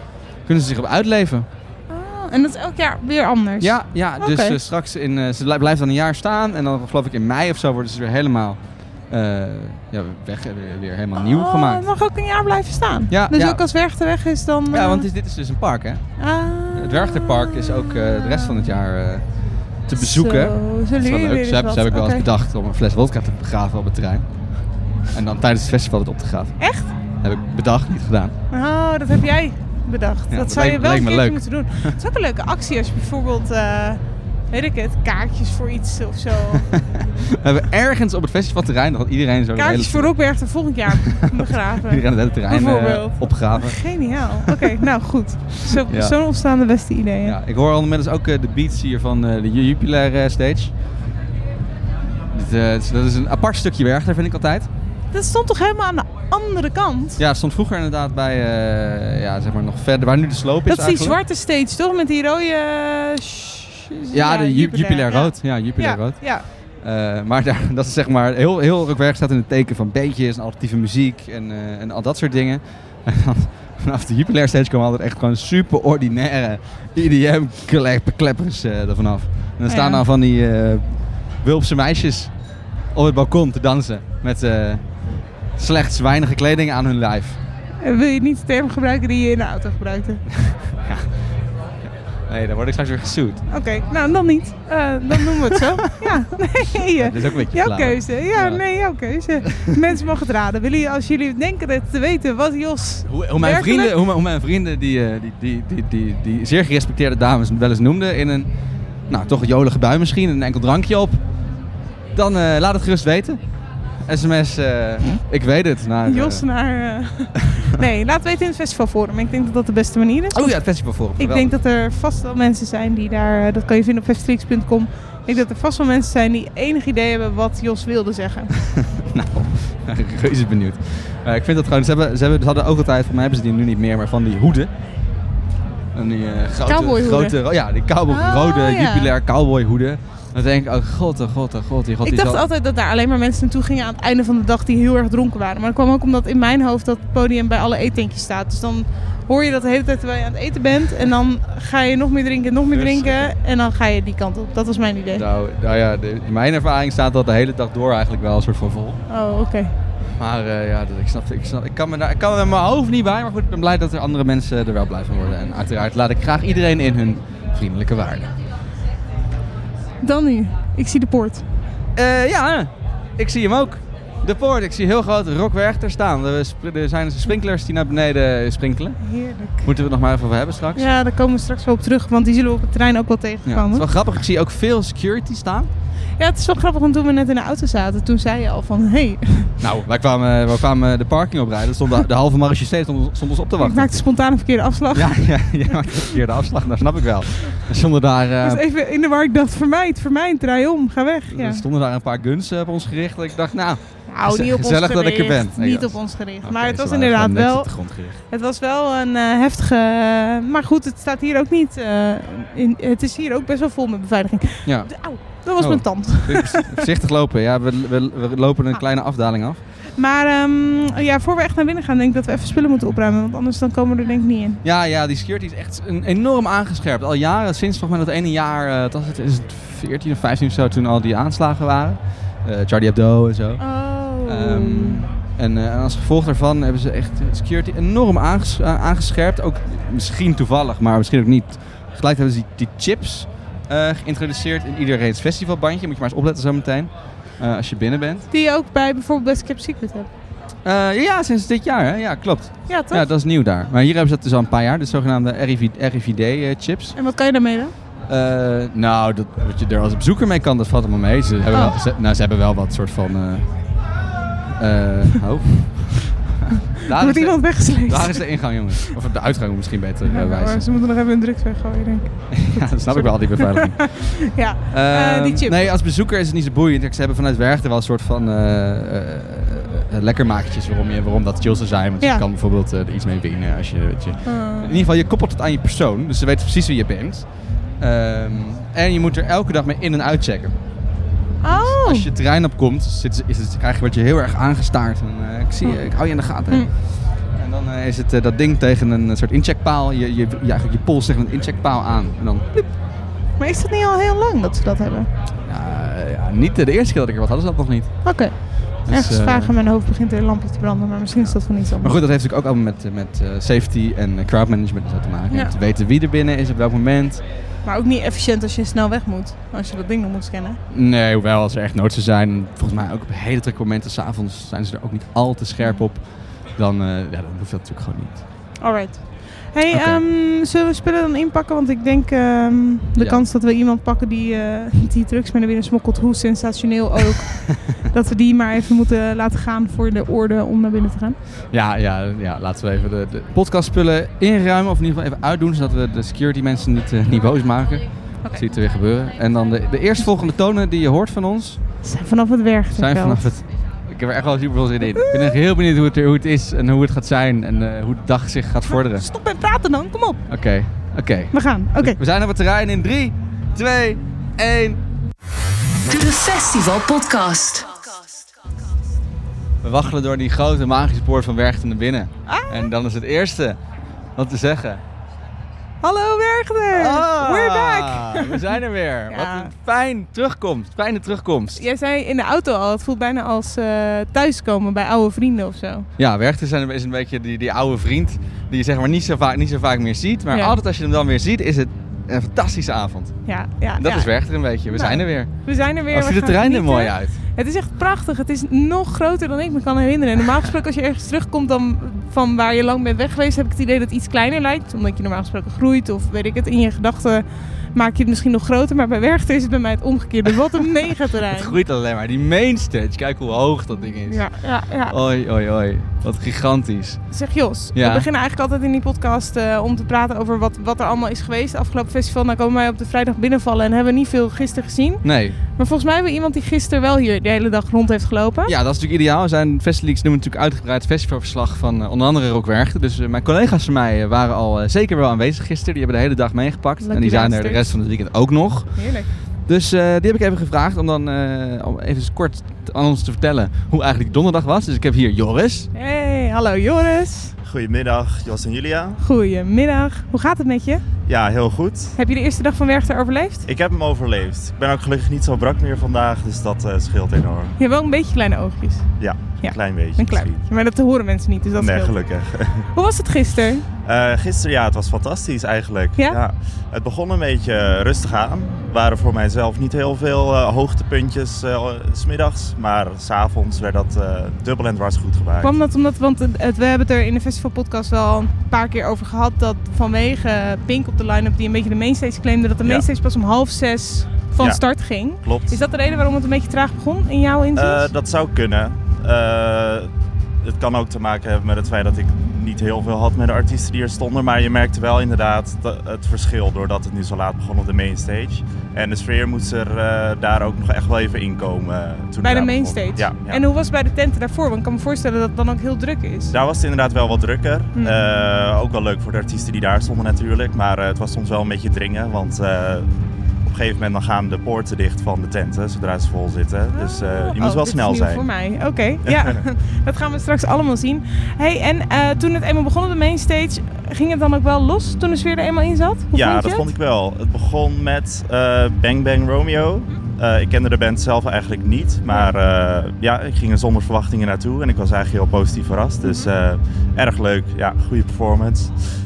kunnen ze zich op uitleven. Oh, en dat is elk jaar weer anders? Ja, ja dus Okay. uh, straks in, uh, ze blijft dan een jaar staan en dan geloof ik in mei of zo worden ze weer helemaal uh, ja, weg, weer, weer helemaal nieuw oh, gemaakt. Het mag ook een jaar blijven staan? Ja, dus ja. ook als Werchter weg is dan... Uh... Ja, want dit, dit is dus een park, hè? Ah. Het Werchterpark is ook uh, de rest van het jaar uh, te bezoeken. Zo, dat is wel leuk. Zo heb, zo heb ik wel okay. eens bedacht om een fles wodka te begraven op het terrein. En dan tijdens het festival het op te graven. Echt? Heb ik bedacht, niet gedaan. Oh, dat heb jij bedacht. Ja, dat dat zou leek, je wel leek een me keertje leuk. moeten doen. Het is ook een leuke actie als je bijvoorbeeld, uh, weet ik het, kaartjes voor iets of zo. We hebben ergens op het festivalterrein dat iedereen zo... Kaartjes hele... voor Rock Werchter volgend jaar begraven. Iedereen het hele terrein uh, opgraven. Geniaal. Oké, okay, nou goed. Zo, ja. zo ontstaan de beste ideeën. Ja, ik hoor al inmiddels ook uh, de beats hier van uh, de Jupiler uh, stage. Dit, uh, dat is een apart stukje Werchter, vind ik altijd. Dat stond toch helemaal aan de andere kant? Ja, het stond vroeger inderdaad bij, uh, ja, zeg maar nog verder, waar nu de sloop is Dat is eigenlijk. die zwarte stage, toch? Met die rode... Ja, de Ju- Jupiler rood. Ja, Jupiler ja, rood. Ja. Uh, maar daar, dat is zeg maar, heel, heel Rockwerchter staat in het teken van beetjes en alternatieve muziek en, uh, en al dat soort dingen. En dan, vanaf de Jupiler stage komen altijd echt gewoon super ordinaire E D M-kleppers uh, er vanaf. En dan staan ja. dan van die uh, wulpse meisjes op het balkon te dansen met uh, slechts weinige kleding aan hun lijf. En wil je niet de term gebruiken die je in de auto gebruikte? Ja. Nee, dan word ik straks weer gesued. Oké, okay, nou dan niet. Uh, dan noemen we het zo. Ja, nee. Ja, dat is ook een beetje jouw flauw. keuze. Ja, ja, nee, jouw keuze. Mensen mogen het raden. Willen jullie, als jullie denken het te weten wat Jos Hoe, hoe, mijn, vrienden, hoe, hoe mijn vrienden die, uh, die, die, die, die, die zeer gerespecteerde dames wel eens noemden in een, nou toch een jolige bui misschien, een enkel drankje op. Dan uh, laat het gerust weten. sms, uh, ik weet het. Naar, Jos naar... Uh... nee, laat weten in het festivalforum. Ik denk dat dat de beste manier is. Oh ja, het festivalforum. Ik denk dat er vast wel mensen zijn die daar... Dat kan je vinden op festivalix punt com. Ik denk dat er vast wel mensen zijn die enig idee hebben wat Jos wilde zeggen. Nou, reuze benieuwd. Uh, ik vind dat gewoon... Ze, hebben, ze, hebben, ze hadden ook altijd, voor mij hebben ze die nu niet meer, maar van die hoeden. En die uh, grote, grote... Ja, die cowboy, oh, rode ja. Jupiler cowboyhoeden. Dan denk ik, oh god, oh god, oh god. Die god ik die dacht zal... altijd dat daar alleen maar mensen naartoe gingen aan het einde van de dag die heel erg dronken waren. Maar dat kwam ook omdat in mijn hoofd dat podium bij alle eetentjes staat. Dus dan hoor je dat de hele tijd terwijl je aan het eten bent. En dan ga je nog meer drinken, nog meer dus, drinken. En dan ga je die kant op. Dat was mijn idee. Nou, nou ja, de, mijn ervaring staat dat de hele dag door eigenlijk wel een soort van vol. Oh, oké. Okay. Maar uh, ja, ik snap, ik, snap, ik, kan me daar, ik kan er met mijn hoofd niet bij. Maar goed, ik ben blij dat er andere mensen er wel blij van worden. En uiteraard laat ik graag iedereen in hun vriendelijke waarde. Dan nu. Ik zie de poort. Uh, ja, ik zie hem ook. De poort. Ik zie heel groot Rock Werchter staan. Er, er zijn sprinklers die naar beneden sprinkelen. Heerlijk. Moeten we het nog maar even over hebben straks? Ja, daar komen we straks wel op terug. Want die zullen we op het terrein ook wel tegenkomen. Ja, het is wel grappig. Ik zie ook veel security staan. Ja, het is wel grappig, want toen we net in de auto zaten, toen zei je al van, hé. Hey. Nou, wij kwamen, wij kwamen de parking oprijden. Stond de, de halve marechaussee stond, stond ons op te wachten. Ik maakte spontaan een verkeerde afslag. Ja, ja, je maakte een verkeerde afslag, dat snap ik wel. Er stonden daar... Uh, ik was even in de war, ik dacht, vermijd, vermijd, draai om, ga weg. Ja. Er stonden daar een paar guns uh, op ons gericht. En ik dacht, nou, nou niet op gezellig ons dat ik er ben. Niet nee, op ons gericht. Okay, maar het was waren inderdaad wel... gericht. Het was wel een uh, heftige... Uh, maar goed, het staat hier ook niet... Uh, in, het is hier ook best wel vol met beveiliging. Ja. Auw, dat was oh. mijn tand. Voorzichtig lopen. Ja, we, we, we lopen een ah. kleine afdaling af. Maar um, ja, voor we echt naar binnen gaan, denk ik dat we even spullen moeten opruimen. Want anders dan komen we er denk ik niet in. Ja, ja, die security is echt een, enorm aangescherpt. Al jaren, sinds volgens mij dat ene jaar, uh, dat het, is het veertien of vijftien of zo, toen al die aanslagen waren. Uh, Charlie Hebdo en zo. Oh. Um, en, uh, en als gevolg daarvan hebben ze echt security enorm aanges, uh, aangescherpt. Ook misschien toevallig, maar misschien ook niet. Gelijk hebben ze die, die chips uh, geïntroduceerd in iedereen's festivalbandje. Moet je maar eens opletten zo meteen. Uh, als je binnen bent. Die je ook bij bijvoorbeeld Best Kept Secret hebt. Uh, ja, sinds dit jaar. Hè? Ja, klopt. Ja, toch? Ja, dat is nieuw daar. Maar hier hebben ze dat dus al een paar jaar. De zogenaamde R I V D-chips. En wat kan je daarmee dan? Uh, nou, dat, wat je er als bezoeker mee kan, dat valt allemaal mee. Ze hebben, oh. wel, ze, nou, ze hebben wel wat soort van... Uh, uh, oh. Daar wordt iemand weggesleept. Daar is de ingang, jongens. Of de uitgang misschien beter ja, uh, wijzen. Ze moeten nog even een drugs weggooien, denk ik. Ja, dat snap ik wel, die beveiliging. ja, uh, uh, die chip. Nee, als bezoeker is het niet zo boeiend. Ze hebben vanuit Werchter wel een soort van uh, uh, uh, lekkermakertjes waarom, je, waarom dat chill zou zijn. Want ja. je kan bijvoorbeeld uh, er iets mee winnen. Als je, weet je. Uh. In ieder geval, je koppelt het aan je persoon. Dus ze weten precies wie je bent. Um, en je moet er elke dag mee in- en uitchecken. Oh. Dus als je het terrein opkomt, is het, is het, krijg je, word je heel erg aangestaard. En, uh, ik zie je, ik hou je in de gaten. Mm. En dan uh, is het uh, dat ding tegen een soort incheckpaal. Je, je, je, eigenlijk je pols tegen een incheckpaal aan. En dan... Pliep. Maar is dat niet al heel lang dat ze dat hebben? Ja, ja, niet de eerste keer dat ik er wat hadden ze dat nog niet. Oké. Okay. Dus, Ergens uh, vaag in mijn hoofd begint er een lampje te branden, maar misschien is dat van iets anders. Maar goed, dat heeft natuurlijk ook allemaal met, met uh, safety en uh, crowd management en zo te maken. Ja. En te weten wie er binnen is, op welk moment. Maar ook niet efficiënt als je snel weg moet, als je dat ding nog moet scannen. Nee, hoewel als er echt nood zou zijn. Volgens mij ook op hele drukke momenten, 's avonds zijn ze er ook niet al te scherp op. Dan, uh, ja, dan hoeft dat natuurlijk gewoon niet. Alright. Hey, okay. um, zullen we spullen dan inpakken? Want ik denk um, de ja. kans dat we iemand pakken die, uh, die drugs mee naar binnen smokkelt, hoe sensationeel ook, dat we die maar even moeten laten gaan voor de orde om naar binnen te gaan. Ja, ja, ja laten we even de, de podcastspullen inruimen of in ieder geval even uitdoen, zodat we de security mensen niet, uh, niet boos maken. Okay. Zie het er weer gebeuren. En dan de, de eerstvolgende tonen die je hoort van ons zijn vanaf het werk. Zijn vanaf het... Ik heb er echt wel super veel zin in. Ik ben echt heel benieuwd hoe het, hoe het is en hoe het gaat zijn en uh, hoe de dag zich gaat vorderen. Stop met praten dan, kom op. Oké, okay, oké. Okay. We gaan, oké. Okay. We zijn op het terrein in drie, twee, één. De Festival Podcast. We waggelen door die grote magische poort van Werchter naar binnen. Ah. En dan is het eerste wat te zeggen. Hallo Werchter! Ah, we're back! We zijn er weer. Ja. Wat een fijn terugkomst. Fijne terugkomst. Jij zei in de auto al, het voelt bijna als uh, thuiskomen bij oude vrienden of zo. Ja, Werchter zijn, is een beetje die, die oude vriend die je zeg maar niet zo vaak, niet zo vaak meer ziet. Maar ja. altijd als je hem dan weer ziet, is het een fantastische avond. Ja, ja, en dat ja. is Werchter een beetje. We nou, zijn er weer. We zijn er weer. Wat ziet het terrein er mooi uit. Het is echt prachtig. Het is nog groter dan ik me kan herinneren. Normaal gesproken als je ergens terugkomt dan van waar je lang bent weg geweest, heb ik het idee dat het iets kleiner lijkt. Omdat je normaal gesproken groeit of weet ik het. In je gedachten maak je het misschien nog groter. Maar bij Werchter is het bij mij het omgekeerde. Wat een megaterrein. Het groeit alleen maar. Die mainstage. Kijk hoe hoog dat ding is. Ja, ja, ja. Oi, oi, oi. Wat gigantisch. Zeg Jos, ja? we beginnen eigenlijk altijd in die podcast uh, om te praten over wat, wat er allemaal is geweest. Het afgelopen festival, dan komen wij op de vrijdag binnenvallen en hebben we niet veel gisteren gezien. Nee. Maar volgens mij hebben we iemand die gisteren wel hier de hele dag rond heeft gelopen. Ja, dat is natuurlijk ideaal. We zijn Festileaks noemen natuurlijk uitgebreid festivalverslag van uh, onder andere Rock Werchter. Dus uh, mijn collega's van mij uh, waren al uh, zeker wel aanwezig gisteren. Die hebben de hele dag meegepakt. Lucky en die zijn er bastard. de rest van het weekend ook nog. Heerlijk. Dus uh, die heb ik even gevraagd om dan uh, om even kort aan ons te vertellen hoe eigenlijk donderdag was. Dus ik heb hier Joris. Hey, hallo Joris. Goedemiddag, Jos en Julia. Goedemiddag. Hoe gaat het met je? Ja, heel goed. Heb je de eerste dag van Werchter overleefd? Ik heb hem overleefd. Ik ben ook gelukkig niet zo brak meer vandaag, dus dat uh, scheelt enorm. Je hebt wel een beetje kleine oogjes. Ja, ja. een klein beetje. Een klein beetje, maar dat horen mensen niet, dus dat nee, scheelt. gelukkig. Hoe was het gisteren? Uh, gisteren, ja, het was fantastisch eigenlijk. Ja? Ja, het begon een beetje rustig aan. Er waren voor mijzelf niet heel veel uh, hoogtepuntjes uh, 's middags, maar 's avonds werd dat uh, dubbel en dwars goed gemaakt. Kwam dat omdat, want het, we hebben het er in de festivalpodcast wel een paar keer over gehad, dat vanwege Pink op de line-up die een beetje de mainstage claimde, dat de mainstage ja. pas om half zes van ja. start ging. Klopt. Is dat de reden waarom het een beetje traag begon in jouw inzicht? Uh, dat zou kunnen. Uh, het kan ook te maken hebben met het feit dat ik niet heel veel had met de artiesten die er stonden. Maar je merkte wel inderdaad het verschil doordat het nu zo laat begon op de mainstage. En de sfeer moest er uh, daar ook nog echt wel even inkomen. Toen bij de mainstage? Ja, ja. En hoe was het bij de tenten daarvoor? Want ik kan me voorstellen dat het dan ook heel druk is. Daar was het inderdaad wel wat drukker. Hmm. Uh, ook wel leuk voor de artiesten die daar stonden natuurlijk. Maar uh, het was soms wel een beetje dringen. Want uh, op een gegeven moment dan gaan de poorten dicht van de tenten zodra ze vol zitten. Dus uh, je moest oh, wel dit snel is nieuw zijn. voor mij. Oké, okay. Ja. Dat gaan we straks allemaal zien. Hey, en uh, toen het eenmaal begon op de mainstage, ging het dan ook wel los toen de sfeer er eenmaal in zat? Hoe ja, vond dat het? vond ik wel. Het begon met uh, Bang Bang Romeo. Uh, ik kende de band zelf eigenlijk niet, maar uh, ja, ik ging er zonder verwachtingen naartoe en ik was eigenlijk heel positief verrast. Dus uh, erg leuk, ja, goede performance.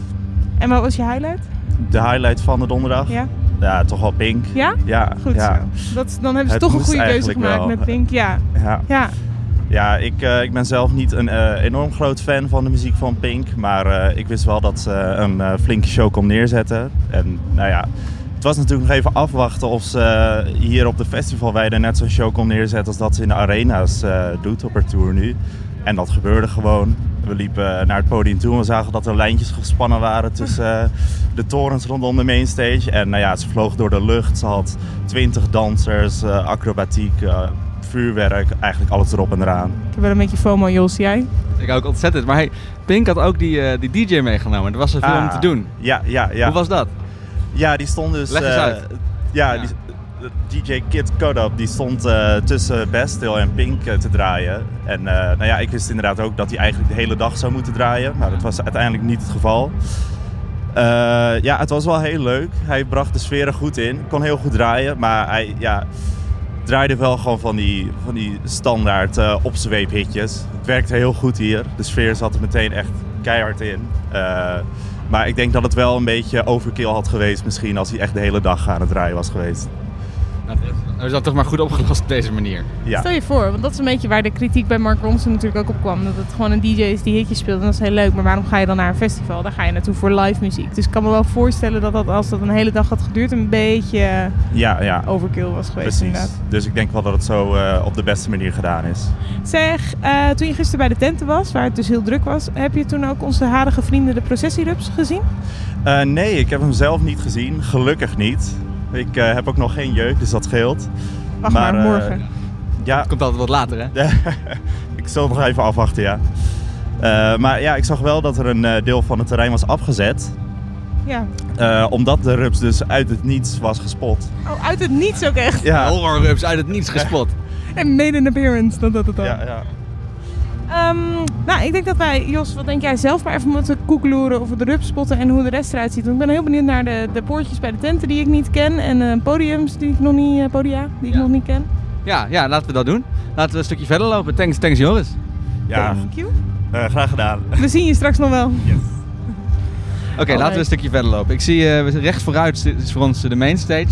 En wat was je highlight? De highlight van de donderdag? Ja. Ja, toch wel Pink. Ja? Ja. Goed ja. zo. Dat, dan hebben ze Het toch een moest goede keuze eigenlijk gemaakt wel. met Pink. Ja. Ja. Ja. Ja, ik, uh, ik ben zelf niet een uh, enorm groot fan van de muziek van Pink. Maar uh, ik wist wel dat ze een uh, flinke show kon neerzetten. En nou ja, het was natuurlijk nog even afwachten of ze uh, hier op de festivalweide net zo'n show kon neerzetten als dat ze in de arena's uh, doet op haar tour nu. En dat gebeurde gewoon. We liepen naar het podium toe en we zagen dat er lijntjes gespannen waren tussen uh, de torens rondom de mainstage. En nou ja, ze vloog door de lucht. Ze had twintig dansers, uh, acrobatiek, uh, vuurwerk, eigenlijk alles erop en eraan. Ik heb wel een beetje FOMO, Jos. Jij? Ik ook ontzettend. Maar hey, Pink had ook die, uh, die D J meegenomen. Er was er veel ah, om te doen. Ja, ja, ja. Hoe was dat? Ja, die stond dus... Leg eens uh, uit. Ja, Ja. Die, D J Kid Cuddup die stond uh, tussen Bastille en Pink uh, te draaien. En uh, nou ja, ik wist inderdaad ook dat hij eigenlijk de hele dag zou moeten draaien. Maar dat was uiteindelijk niet het geval. Uh, ja, het was wel heel leuk. Hij bracht de sfeer er goed in. Kon heel goed draaien, maar hij ja, draaide wel gewoon van die, van die standaard uh, opzweephitjes. Het werkte heel goed hier. De sfeer zat er meteen echt keihard in. Uh, maar ik denk dat het wel een beetje overkill had geweest misschien als hij echt de hele dag aan het draaien was geweest. Nou, is dat toch maar goed opgelost op deze manier? Ja. Stel je voor, want dat is een beetje waar de kritiek bij Mark Ronson natuurlijk ook op kwam. Dat het gewoon een D J is die hitjes speelt en dat is heel leuk. Maar waarom ga je dan naar een festival? Daar ga je naartoe voor live muziek. Dus ik kan me wel voorstellen dat, dat als dat een hele dag had geduurd een beetje ja, ja. overkill was geweest. Precies. Inderdaad. Dus ik denk wel dat het zo uh, op de beste manier gedaan is. Zeg, uh, toen je gisteren bij de tenten was, waar het dus heel druk was, heb je toen ook onze harige vrienden de Processierups gezien? Uh, nee, ik heb hem zelf niet gezien. Gelukkig niet. Ik uh, heb ook nog geen jeuk, dus dat scheelt. Wacht maar, maar morgen. Uh, ja, het komt altijd wat later, hè? Ik zal nog even afwachten, ja. Uh, maar ja, ik zag wel dat er een uh, deel van het terrein was afgezet. Ja. Uh, omdat de rups dus uit het niets was gespot. Oh, uit het niets ook echt? Ja, horrorrups uit het niets gespot. En made an appearance, dat dat het al. Ja, ja. Um, nou, ik denk dat wij, Jos, wat denk jij zelf maar even moeten koekeloeren over de rups spotten en hoe de rest eruit ziet. Want ik ben heel benieuwd naar de, de poortjes bij de tenten die ik niet ken en uh, podiums die ik nog niet, uh, podia die ik ja. nog niet ken. Ja, ja, laten we dat doen. Laten we een stukje verder lopen. Thanks, thanks Joris. Ja, thank you. Uh, graag gedaan. We zien je straks nog wel. Yes. Oké, okay, laten we een stukje verder lopen. Ik zie uh, recht vooruit is voor ons de mainstage.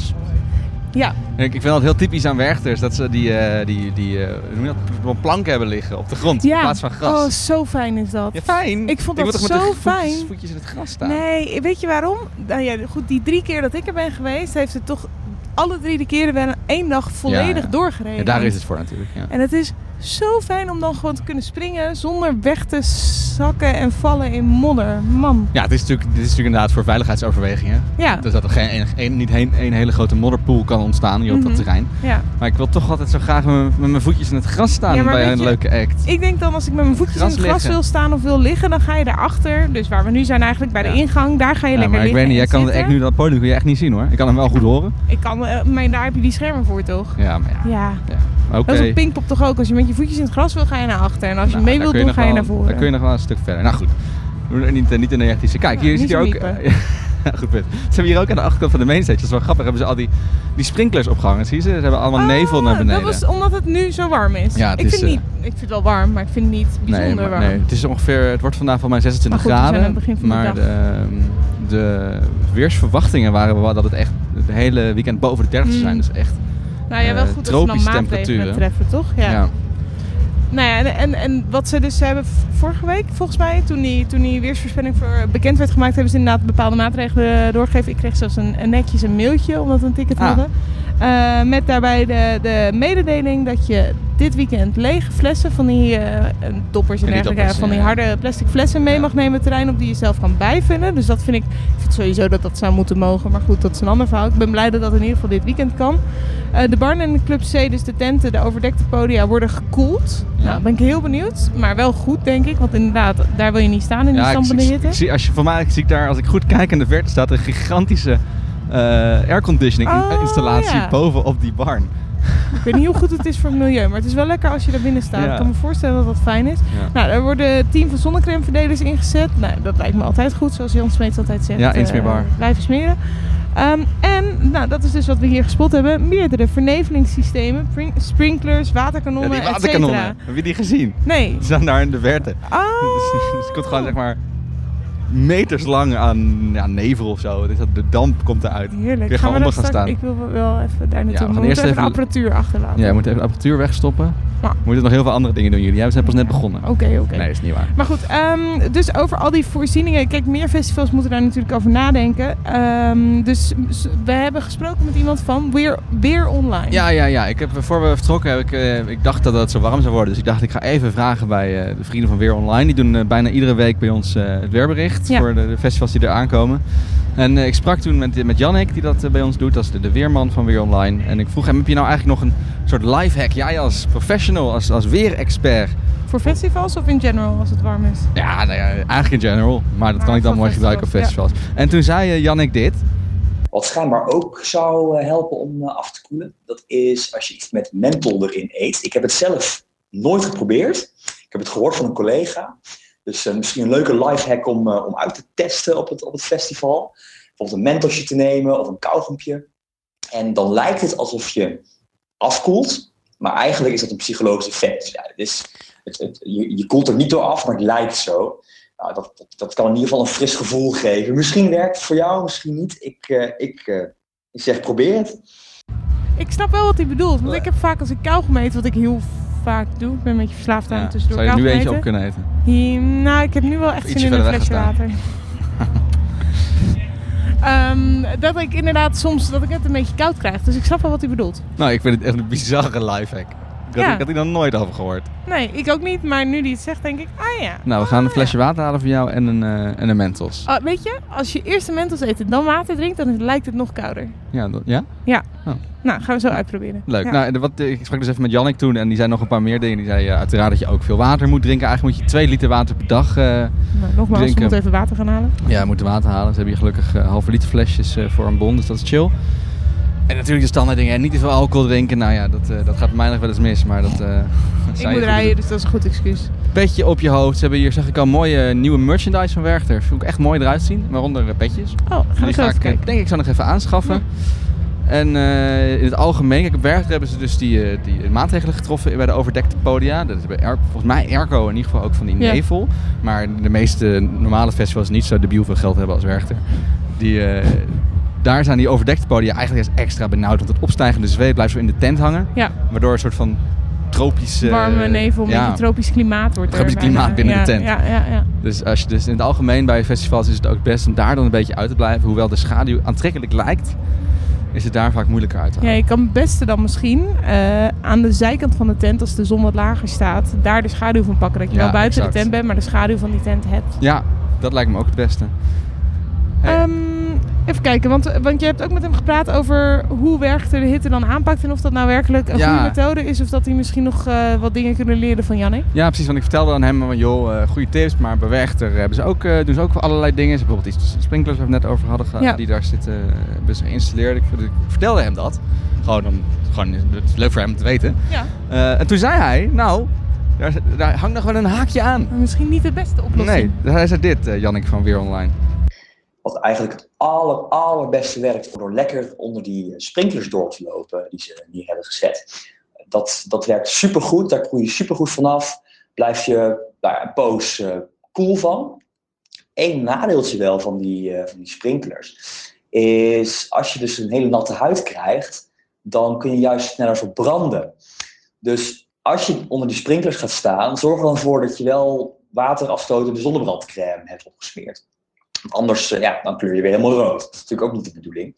Ja. Ik vind dat heel typisch aan Werchters, dat ze die, uh, die, die uh, hoe noem je dat, plank hebben liggen op de grond ja. in plaats van gras. Oh, zo fijn is dat. Ja, fijn. Ik vond je dat moet zo toch met de fijn. Voetjes, voetjes in het gras staan. Nee, weet je waarom? Nou ja, goed, die drie keer dat ik er ben geweest, heeft het toch alle drie de keren wel één dag volledig ja, ja. doorgereden. Ja, daar is het voor natuurlijk. Ja. En het is zo fijn om dan gewoon te kunnen springen zonder weg te zakken en vallen in modder. Man. Ja, het is natuurlijk, dit is natuurlijk inderdaad voor veiligheidsoverwegingen. Ja. Dus dat er geen, een, een, niet een, een hele grote modderpoel kan ontstaan hier op mm-hmm. dat terrein. Ja. Maar ik wil toch altijd zo graag met, met mijn voetjes in het gras staan ja, bij een je, leuke act. Ik denk dan als ik met mijn voetjes gras in het gras liggen. wil staan of wil liggen, dan ga je daarachter. Dus waar we nu zijn eigenlijk bij de ja. ingang, daar ga je ja, lekker maar ik liggen. weet niet, jij kan zitten. het echt nu dat podium kun je echt niet zien hoor. Ik kan hem wel goed horen. Ik kan, uh, maar daar heb je die schermen voor toch? Ja, maar ja. Ja. ja. Oké. Okay. Dat is op Pinkpop toch ook. Als je met je voetjes in het gras wil, ga je naar achter. En als je nou, mee wilt doen, ga je wel, naar voren. Dan kun je nog wel een stuk verder. Nou goed, niet, niet in de negatieve. Kijk, ja, hier zit je ook... Ja, goed punt. Ze hebben hier ook aan de achterkant van de mainstage, dat is wel grappig, hebben ze al die, die sprinklers opgehangen. Zie je ze? Ze hebben allemaal ah, nevel naar beneden. Dat was omdat het nu zo warm is. Ja, het ik, is, vind uh... niet, ik vind het wel warm, maar ik vind het niet bijzonder nee, maar, warm. Nee, het is ongeveer, het wordt vandaag voor mij zesentwintig maar goed, graden. We zijn aan het begin van maar de, dag. de, de weersverwachtingen waren wel dat het echt het hele weekend boven de dertig zou zijn. Mm. Dus echt nou ja, wel goed uh, dat ze dan maatregelen temperaturen treffen, toch? Ja. ja. Nou ja, en, en, en wat ze dus hebben vorige week, volgens mij, toen die, toen die weersvoorspelling voor bekend werd gemaakt, hebben ze inderdaad bepaalde maatregelen doorgegeven. Ik kreeg zelfs een, een netjes een mailtje, omdat we een ticket ah. hadden. Uh, met daarbij de, de mededeling dat je dit weekend lege flessen van die uh, doppers en ja, dergelijke, doppers, van die ja. harde plastic flessen mee ja. mag nemen het terrein op die je zelf kan bijvullen. Dus dat vind ik, ik vind sowieso dat dat zou moeten mogen. Maar goed, dat is een ander verhaal. Ik ben blij dat dat in ieder geval dit weekend kan. Uh, de barn en de Club C, dus de tenten, de overdekte podia, worden gekoeld. Ja. Nou, ben ik heel benieuwd. Maar wel goed, denk ik. Want inderdaad, daar wil je niet staan in die ja, stampende hitte. Ik zie, als je, voor mij zie ik daar, als ik goed kijk in de verte, staat een gigantische uh, airconditioning oh, installatie ja. bovenop die barn. Ik weet niet hoe goed het is voor het milieu, maar het is wel lekker als je daar binnen staat. Ja. Ik kan me voorstellen dat dat fijn is. Ja. Nou, er worden team van zonnecremeverdelers ingezet. Nou, dat lijkt me altijd goed, zoals Jan Smeets altijd zegt. Ja, insmeerbaar. Uh, blijven smeren. Um, en, nou, dat is dus wat we hier gespot hebben. Meerdere vernevelingssystemen, pring- sprinklers, waterkanonnen, ja, die et waterkanonnen. cetera. Heb je die gezien? Nee. Die staan daar in de verte. Oh. Dus, dus het komt gewoon, zeg maar, meters lang aan ja, nevel of zo. Dus de damp komt eruit. Heerlijk. Kun je gaan gewoon we onder gaan straks, staan. Ik wil wel even daar naartoe. Ja, we we gaan eerst moeten even even de apparatuur achterlaten. Ja, je moet even de apparatuur wegstoppen. Ja. We moeten nog heel veel andere dingen doen jullie. Jij zijn pas net begonnen. Oké, okay, oké. Okay. Nee, is niet waar. Maar goed, um, dus over al die voorzieningen. Kijk, meer festivals moeten daar natuurlijk over nadenken. Um, dus we hebben gesproken met iemand van Weer, Weer Online. Ja, ja, ja. Ik heb, voor we vertrokken, heb ik, uh, ik dacht dat het zo warm zou worden. Dus ik dacht, ik ga even vragen bij uh, de vrienden van Weer Online. Die doen uh, bijna iedere week bij ons uh, het weerbericht. Ja. Voor de, de festivals die er aankomen. En uh, ik sprak toen met, met Jannik, die dat uh, bij ons doet. Dat is de, de weerman van Weer Online. En ik vroeg hem, heb je nou eigenlijk nog een soort lifehack? Jij als professional, als, als weerexpert. Voor festivals of in general als het warm is? Ja, nou ja eigenlijk in general. Maar dat maar kan ik dan mooi gebruiken op festivals. Ja. En toen zei uh, Jannik dit. Wat schijnbaar ook zou uh, helpen om uh, af te koelen, dat is als je iets met menthol erin eet. Ik heb het zelf nooit geprobeerd. Ik heb het gehoord van een collega. Dus uh, misschien een leuke lifehack om, uh, om uit te testen op het, op het festival. Bijvoorbeeld een mentholtje te nemen of een kauwgompje. En dan lijkt het alsof je afkoelt, maar eigenlijk is dat een psychologisch effect. Dus ja, het is, het, het, je, je koelt er niet door af, maar het lijkt zo. Nou, dat, dat, dat kan in ieder geval een fris gevoel geven. Misschien werkt het voor jou, misschien niet. Ik, uh, ik, uh, ik zeg probeer het. Ik snap wel wat hij bedoelt. Want ik heb vaak als ik kauwgom eet, wat ik heel vaak doe. Ik ben een beetje verslaafd aan Ja. het tussendoor Zou je er nu kauwgom eentje eten. op kunnen eten? Hier, nou, ik heb nu wel echt Ietsje zin in een verder flesje weg water. um, dat ik inderdaad soms dat ik het een beetje koud krijg. Dus ik snap wel wat hij bedoelt. Nou, ik vind het echt een bizarre lifehack. Ik had, Ja. ik had hier nog nooit over gehoord. Nee, ik ook niet. Maar nu die het zegt, denk ik, ah ja. Nou, we gaan een ah, flesje water halen voor jou en een, uh, en een Mentos. ja. Oh, weet je, als je eerst de Mentos eet en dan water drinkt, dan lijkt het nog kouder. Ja? Dat, ja? Ja. Oh. Nou, gaan we zo uitproberen. Leuk. Ja. Nou, wat, ik sprak dus even met Jannik toen en die zei nog een paar meer dingen. Die zei uh, uiteraard dat je ook veel water moet drinken. Eigenlijk moet je twee liter water per dag uh, Nou, nogmaals, drinken. we moeten even water gaan halen. Ja, we moeten water halen. Ze hebben hier gelukkig uh, halve liter flesjes uh, voor een bon, dus dat is chill. En natuurlijk de standaard dingen. En niet te veel alcohol drinken. Nou ja, dat, uh, dat gaat bij mij nog wel eens mis. Maar dat, uh, dat Ik moet rijden, dus dat is een goed excuus. Petje op je hoofd. Ze hebben hier, zeg ik al, mooie uh, nieuwe merchandise van Werchter. Vind ik echt mooi eruit zien. Waaronder uh, petjes. Oh, gaan we Die zo ga even ik, kijken. denk ik, zo nog even aanschaffen. Ja. En uh, in het algemeen, kijk, op Werchter hebben ze dus die, uh, die maatregelen getroffen bij de overdekte podia. Dat is bij Air, volgens mij Airco in ieder geval ook van die Ja. nevel. Maar de meeste normale festivals niet zo debiel veel geld hebben als Werchter. Die, uh, daar zijn die overdekte podia eigenlijk eens extra benauwd. Want het opstijgende zweet blijft zo in de tent hangen. Ja, Waardoor een soort van tropisch... Uh, warme nevel, een ja, beetje tropisch klimaat wordt er. tropisch bijna. klimaat binnen ja, de tent. Ja, ja, ja. Dus, als je dus in het algemeen bij festivals is het ook best om daar dan een beetje uit te blijven. Hoewel de schaduw aantrekkelijk lijkt, is het daar vaak moeilijker uit te Ja, halen. je kan het beste dan misschien uh, aan de zijkant van de tent, als de zon wat lager staat, daar de schaduw van pakken. Dat je Ja, wel buiten exact. de tent bent, maar de schaduw van die tent hebt. Ja, dat lijkt me ook het beste. Hey. Um, even kijken, want, want je hebt ook met hem gepraat over hoe Werchter de hitte dan aanpakt. En of dat nou werkelijk een Ja. goede methode is. Of dat hij misschien nog uh, wat dingen kunnen leren van Jannik. Ja, precies. Want ik vertelde aan hem van, joh, uh, goede tips. Maar bij Werchter hebben ze ook, uh, doen ze ook allerlei dingen. Ze hebben bijvoorbeeld iets sprinklers waar we het net over hadden, Ja. die daar zitten, uh, hebben ze geïnstalleerd. Ik, ik vertelde hem dat. Gewoon, om, gewoon, het is leuk voor hem om te weten. Ja. Uh, en toen zei hij, nou, daar, daar hangt nog wel een haakje aan. Maar misschien niet de beste oplossing. Nee, hij zei dit, uh, Jannik van Weer Online. Wat eigenlijk het aller, allerbeste werkt door lekker onder die sprinklers door te lopen die ze neer hebben gezet. Dat, dat werkt supergoed, daar koel je supergoed vanaf. Blijf je nou ja, een poos uh, koel van. Eén nadeeltje wel van die, uh, van die sprinklers is als je dus een hele natte huid krijgt, dan kun je juist sneller verbranden. Dus als je onder die sprinklers gaat staan, zorg er dan voor dat je wel waterafstotende zonnebrandcrème hebt opgesmeerd. Anders, uh, ja, dan kleur je weer helemaal rood. Dat is natuurlijk ook niet de bedoeling.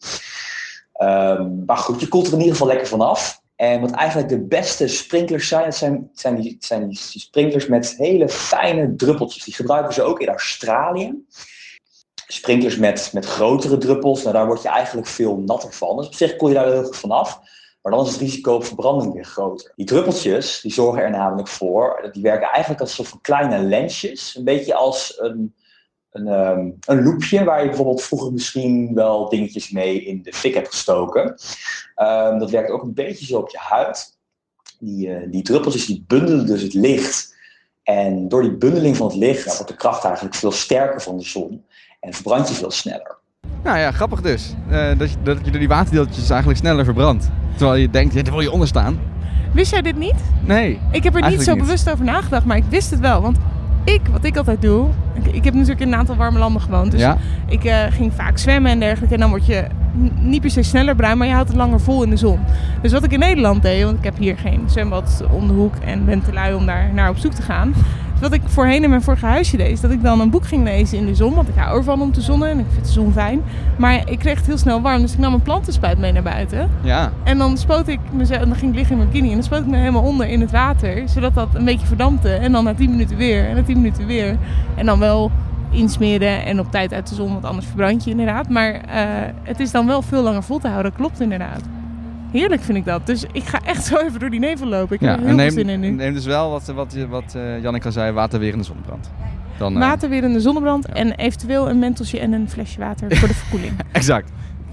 Um, maar goed, je koelt er in ieder geval lekker vanaf. En wat eigenlijk de beste sprinklers zijn, het zijn, het zijn, die, het zijn die, die sprinklers met hele fijne druppeltjes. Die gebruiken ze ook in Australië. Sprinklers met, met grotere druppels, nou, daar word je eigenlijk veel natter van. Dus op zich koel je daar heel goed vanaf. Maar dan is het risico op verbranding weer groter. Die druppeltjes, die zorgen er namelijk voor, die werken eigenlijk als een soort van kleine lensjes. Een beetje als een... Een, um, een loepje waar je bijvoorbeeld vroeger misschien wel dingetjes mee in de fik hebt gestoken. Um, dat werkt ook een beetje zo op je huid. Die, uh, die druppeltjes die bundelen dus het licht. En door die bundeling van het licht nou, wordt de kracht eigenlijk veel sterker van de zon. En verbrand je veel sneller. Nou ja, grappig dus. Uh, dat, je, dat je door die waterdeeltjes eigenlijk sneller verbrandt. Terwijl je denkt, ja, daar wil je onder staan. Wist jij dit niet? Nee. Ik heb er niet zo niet. bewust over nagedacht, maar ik wist het wel. Want ik, wat ik altijd doe, ik, ik heb natuurlijk in een aantal warme landen gewoond. Dus ja? ik uh, ging vaak zwemmen en dergelijke. En dan word je n- niet per se sneller bruin, maar je houdt het langer vol in de zon. Dus wat ik in Nederland deed, want ik heb hier geen zwembad om de hoek en ben te lui om daar naar op zoek te gaan. Dus wat ik voorheen in mijn vorige huisje deed, is dat ik dan een boek ging lezen in de zon. Want ik hou ervan om te zonnen en ik vind de zon fijn. Maar ik kreeg het heel snel warm, dus ik nam een plantenspuit mee naar buiten. Ja. En dan spoot ik mezelf, en dan ging ik liggen in mijn bikini en dan spoot ik me helemaal onder in het water. Zodat dat een beetje verdampte. En dan na tien minuten weer en na tien minuten weer. En dan wel insmeren en op tijd uit de zon, want anders verbrand je inderdaad. Maar uh, het is dan wel veel langer vol te houden, klopt inderdaad. Heerlijk vind ik dat. Dus ik ga echt zo even door die nevel lopen. Ik ja, heb er heel neem, veel zin in nu. Neem dus wel wat, wat, wat uh, Janneke al zei, water weer in de zonnebrand. Dan, uh, water weer in de zonnebrand ja. En eventueel een mentelsje en een flesje water voor de verkoeling. Exact.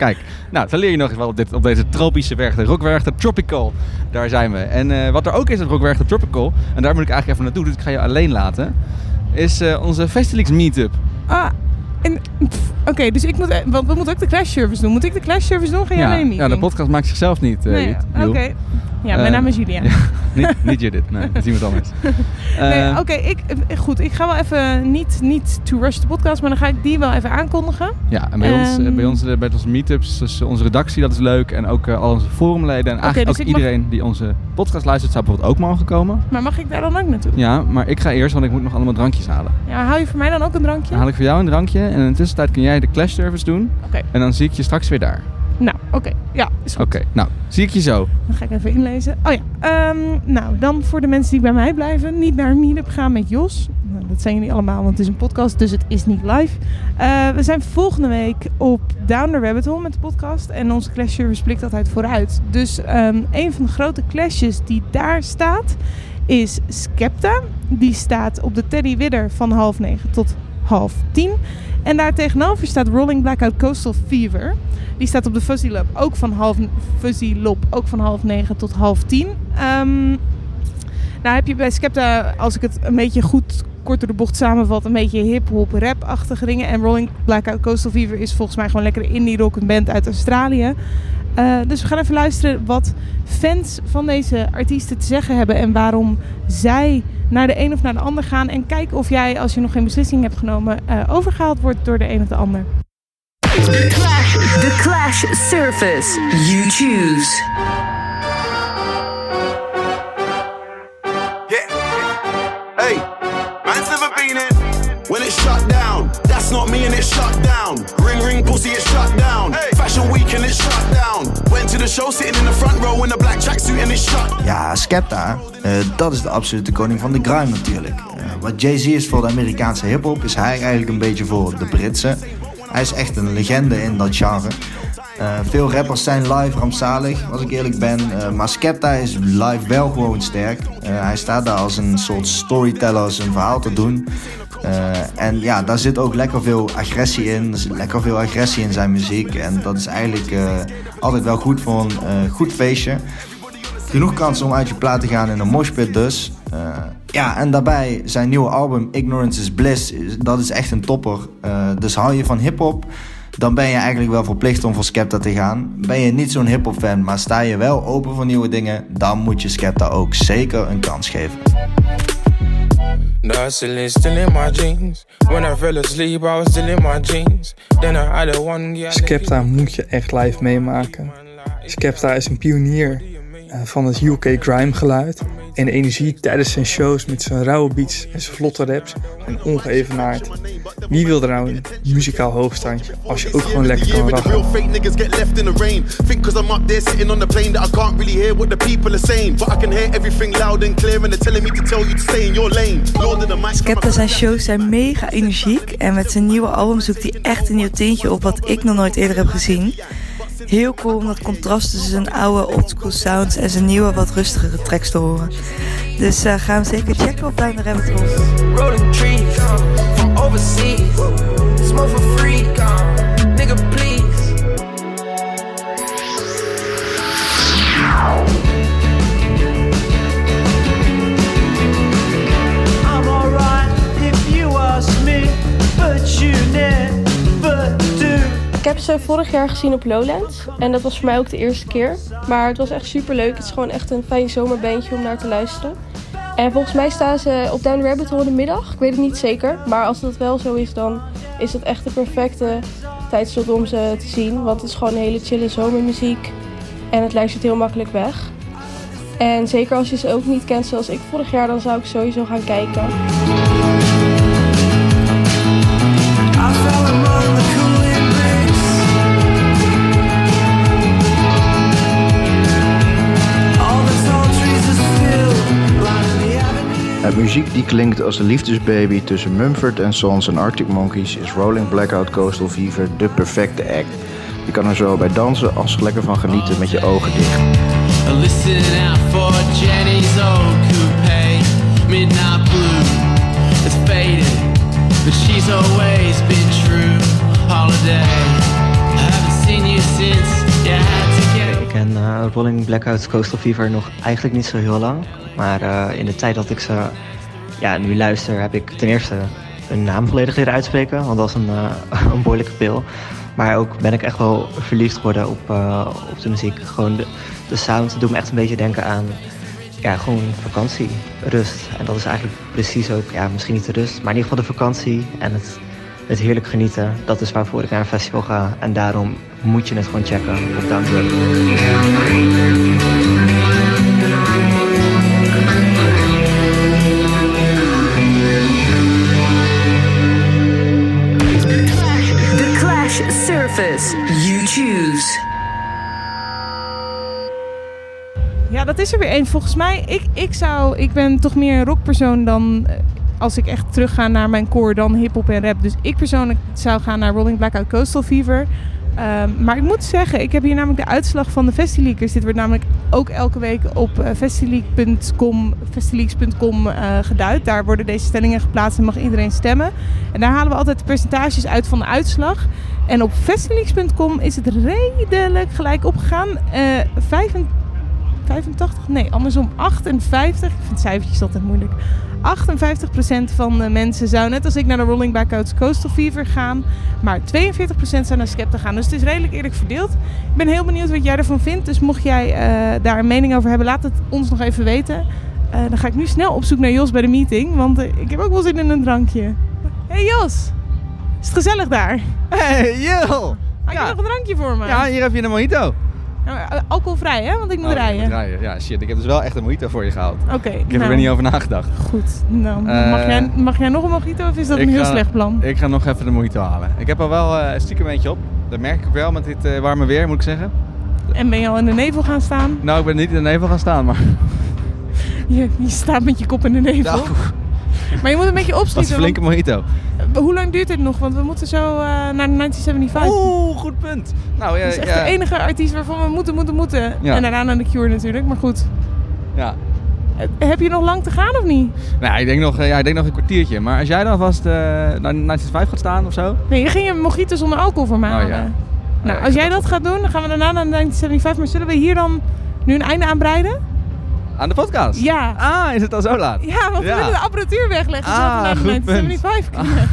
Kijk, nou, dan leer je nog eens wat op, dit, op deze tropische Werchter. Rockwerchter Tropical, daar zijn we. En uh, wat er ook is op Rockwerchter Tropical, en daar moet ik eigenlijk even naartoe, dus ik ga je alleen laten, is uh, onze Festilix Meetup. Ah, en... Oké, okay, dus ik moet... Want we moeten ook de Clash Service doen. Moet ik de Clash Service doen? Ga jij ja, alleen niet Ja, de doen? podcast maakt zichzelf niet. Uh, nee, Oké. Okay. Ja, mijn uh, naam is Julia. Ja, niet, niet Judith, nee, dat is iemand anders. Uh, nee, Oké, okay, ik goed. Ik ga wel even niet, niet to rush de podcast, maar dan ga ik die wel even aankondigen. Ja, en bij um, ons, bij ons, bij onze meetups, dus onze redactie, dat is leuk. En ook uh, al onze forumleden. En okay, eigenlijk dus ook iedereen mag... die onze podcast luistert, zou bijvoorbeeld ook mogen komen. Maar mag ik daar dan ook naartoe? Ja, maar ik ga eerst, want ik moet nog allemaal drankjes halen. Ja, haal je voor mij dan ook een drankje? Dan haal ik voor jou een drankje. En in de tussentijd kun jij de Clash Service doen. Okay. En dan zie ik je straks weer daar. Nou, oké. Okay. Ja, is goed. Oké, okay. Nou, zie ik je zo. Dan ga ik even inlezen. Oh ja, um, nou, dan voor de mensen die bij mij blijven. Niet naar een meetup gaan met Jos. Nou, dat zijn jullie allemaal, want het is een podcast, dus het is niet live. Uh, we zijn volgende week op Down the Rabbit Hole met de podcast. En onze Clash Service blikt altijd vooruit. Dus um, een van de grote clashes die daar staat, is Skepta. Die staat op de Teddy Widder van half negen tot half tien. En daar tegenover staat Rolling Blackout Coastal Fever. Die staat op de Fuzzy Lob ook van half, Fuzzy Lob ook van half negen tot half tien. Um, nou heb je bij Skepta, als ik het een beetje goed kort door de bocht samenvat, een beetje hip-hop, rap-achtige dingen. En Rolling Blackout Coastal Fever is volgens mij gewoon lekker indie rock, een band uit Australië. Uh, dus we gaan even luisteren wat fans van deze artiesten te zeggen hebben en waarom zij naar de een of naar de ander gaan. En kijken of jij, als je nog geen beslissing hebt genomen, uh, overgehaald wordt door de een of de ander. The Clash, the Clash Service. You choose. Yeah. Hey, man's never been in. When it's shut down, that's not me and it's shut down. Ring ring pussy, it's shut down. Hey. Fashion week and it's shut down. Went to the show sitting in the front row in a black tracksuit and it's shut. Ja, Skepta, uh, dat is de absolute koning van de grime natuurlijk. Uh, wat Jay-Z is voor de Amerikaanse hiphop, is hij eigenlijk een beetje voor de Britse. Hij is echt een legende in dat genre. Uh, veel rappers zijn live rampzalig, als ik eerlijk ben. Uh, maar Skepta is live wel gewoon sterk. Uh, hij staat daar als een soort storyteller zijn verhaal te doen. Uh, en ja, daar zit ook lekker veel agressie in. Er zit lekker veel agressie in zijn muziek. En dat is eigenlijk uh, altijd wel goed voor een uh, goed feestje. Genoeg kansen om uit je plaat te gaan in een moshpit dus. Uh, ja, en daarbij zijn nieuwe album Ignorance is Bliss. Dat is echt een topper. Uh, dus hou je van hiphop, dan ben je eigenlijk wel verplicht om voor Skepta te gaan. Ben je niet zo'n hiphop fan, maar sta je wel open voor nieuwe dingen, dan moet je Skepta ook zeker een kans geven. Skepta moet je echt live meemaken. Skepta is een pionier van het U K grime geluid. En de energie tijdens zijn shows met zijn rauwe beats en zijn vlotte raps en ongeëvenaard. Wie wil er nou een muzikaal hoogstandje als je ook gewoon lekker kan rappen? Skepta zijn shows zijn mega energiek en met zijn nieuwe album zoekt hij echt een nieuw tintje op wat ik nog nooit eerder heb gezien. Heel cool om dat contrast tussen zijn oude oldschool sounds en zijn nieuwe wat rustigere tracks te horen. Dus uh, ga hem zeker checken op Down the Rabbit Hole. Rolling trees from overseas. Smoke for free, nigga please. I'm alright if you ask me, but you never do. Ik heb ze vorig jaar gezien op Lowlands en dat was voor mij ook de eerste keer. Maar het was echt super leuk. Het is gewoon echt een fijn zomerbandje om naar te luisteren. En volgens mij staan ze op Down the Rabbit Hole in de middag. Ik weet het niet zeker. Maar als dat wel zo is, dan is het echt de perfecte tijdslot om ze te zien. Want het is gewoon hele chille zomermuziek. En het luistert heel makkelijk weg. En zeker als je ze ook niet kent zoals ik vorig jaar, dan zou ik sowieso gaan kijken. De muziek die klinkt als een liefdesbaby tussen Mumford and Sons en Arctic Monkeys is Rolling Blackout Coastal Fever de perfecte act. Je kan er zo bij dansen als lekker van genieten met je ogen dicht. Listen out for Jenny's old coupe, midnight blue, it's faded, but she's always been true. Holiday, I haven't seen seen you since you had to get. Ik ken uh, Rolling Blackouts Coastal Fever nog eigenlijk niet zo heel lang. Maar uh, in de tijd dat ik ze ja, nu luister, heb ik ten eerste hun naam volledig leren uitspreken. Want dat is een, uh, een behoorlijke pil. Maar ook ben ik echt wel verliefd geworden op, uh, op de muziek. Gewoon de, de sound doet me echt een beetje denken aan ja, gewoon vakantie, rust. En dat is eigenlijk precies ook, ja, misschien niet de rust, maar in ieder geval de vakantie en het, het heerlijk genieten. Dat is waarvoor ik naar een festival ga. En daarom moet je het gewoon checken op Down the Rabbit Hole. Surface, you choose. Ja, dat is er weer één. Volgens mij, ik, ik zou, ik ben toch meer een rockpersoon dan, als ik echt terug ga naar mijn core, dan hiphop en rap. Dus ik persoonlijk zou gaan naar Rolling Blackout Coastal Fever. Um, maar ik moet zeggen, ik heb hier namelijk de uitslag van de Festileakers. Dit wordt namelijk ook elke week op uh, festileak punt com, festileaks punt com uh, geduid. Daar worden deze stellingen geplaatst en mag iedereen stemmen. En daar halen we altijd de percentages uit van de uitslag. En op festileaks punt com is het redelijk gelijk opgegaan. Uh, vijfentachtig, nee, andersom achtenvijftig. Ik vind cijfertjes altijd moeilijk. achtenvijftig procent van de mensen zou net als ik naar de Rolling Blackouts Coastal Fever gaan. Maar tweeënveertig procent zou naar Skepta gaan. Dus het is redelijk eerlijk verdeeld. Ik ben heel benieuwd wat jij ervan vindt. Dus mocht jij uh, daar een mening over hebben, laat het ons nog even weten. Uh, dan ga ik nu snel op zoek naar Jos bij de meeting. Want uh, ik heb ook wel zin in een drankje. Hey Jos, is het gezellig daar? Hey Jil! Had je nog een drankje voor me? Ja, hier heb je een mojito. Ja, alcoholvrij, hè? Want ik moet oh, rijden. Moet rijden. Ja, shit. Ik heb dus wel echt een mojito voor je gehaald. Oké. Okay, ik heb nou, er niet over nagedacht. Goed. Nou, uh, mag, jij, mag jij nog een mojito of is dat een heel ga, slecht plan? Ik ga nog even de mojito halen. Ik heb al wel uh, stiekem eentje op. Dat merk ik ook wel met dit uh, warme weer, moet ik zeggen. En ben je al in de nevel gaan staan? Nou, ik ben niet in de nevel gaan staan, maar... je, je staat met je kop in de nevel. Nou. Maar je moet een beetje opschieten. Dat is een flinke want... mojito. Hoe lang duurt dit nog? Want we moeten zo uh, naar negentien zevenenzeventig. Oeh, goed punt. Nou, ja, dat is echt ja. de enige artiest waarvan we moeten, moeten, moeten. Ja. En daarna naar The Cure natuurlijk, maar goed. Ja. Heb je nog lang te gaan of niet? Nou, ik denk nog, ja, ik denk nog een kwartiertje. Maar als jij dan vast uh, naar negentien zevenenzeventig gaat staan of zo? Nee, je ging je mojito zonder alcohol voor me halen. Oh, ja. Nou, ja, als jij dat gaat doen, dan gaan we daarna naar negentien zevenenzeventig. Maar zullen we hier dan nu een einde aan breiden? Aan de podcast? Ja. Ah, is het al zo laat? Ja, want ja. we willen de apparatuur wegleggen. Ah, zodat we naar de negentien zevenenzeventig kunnen.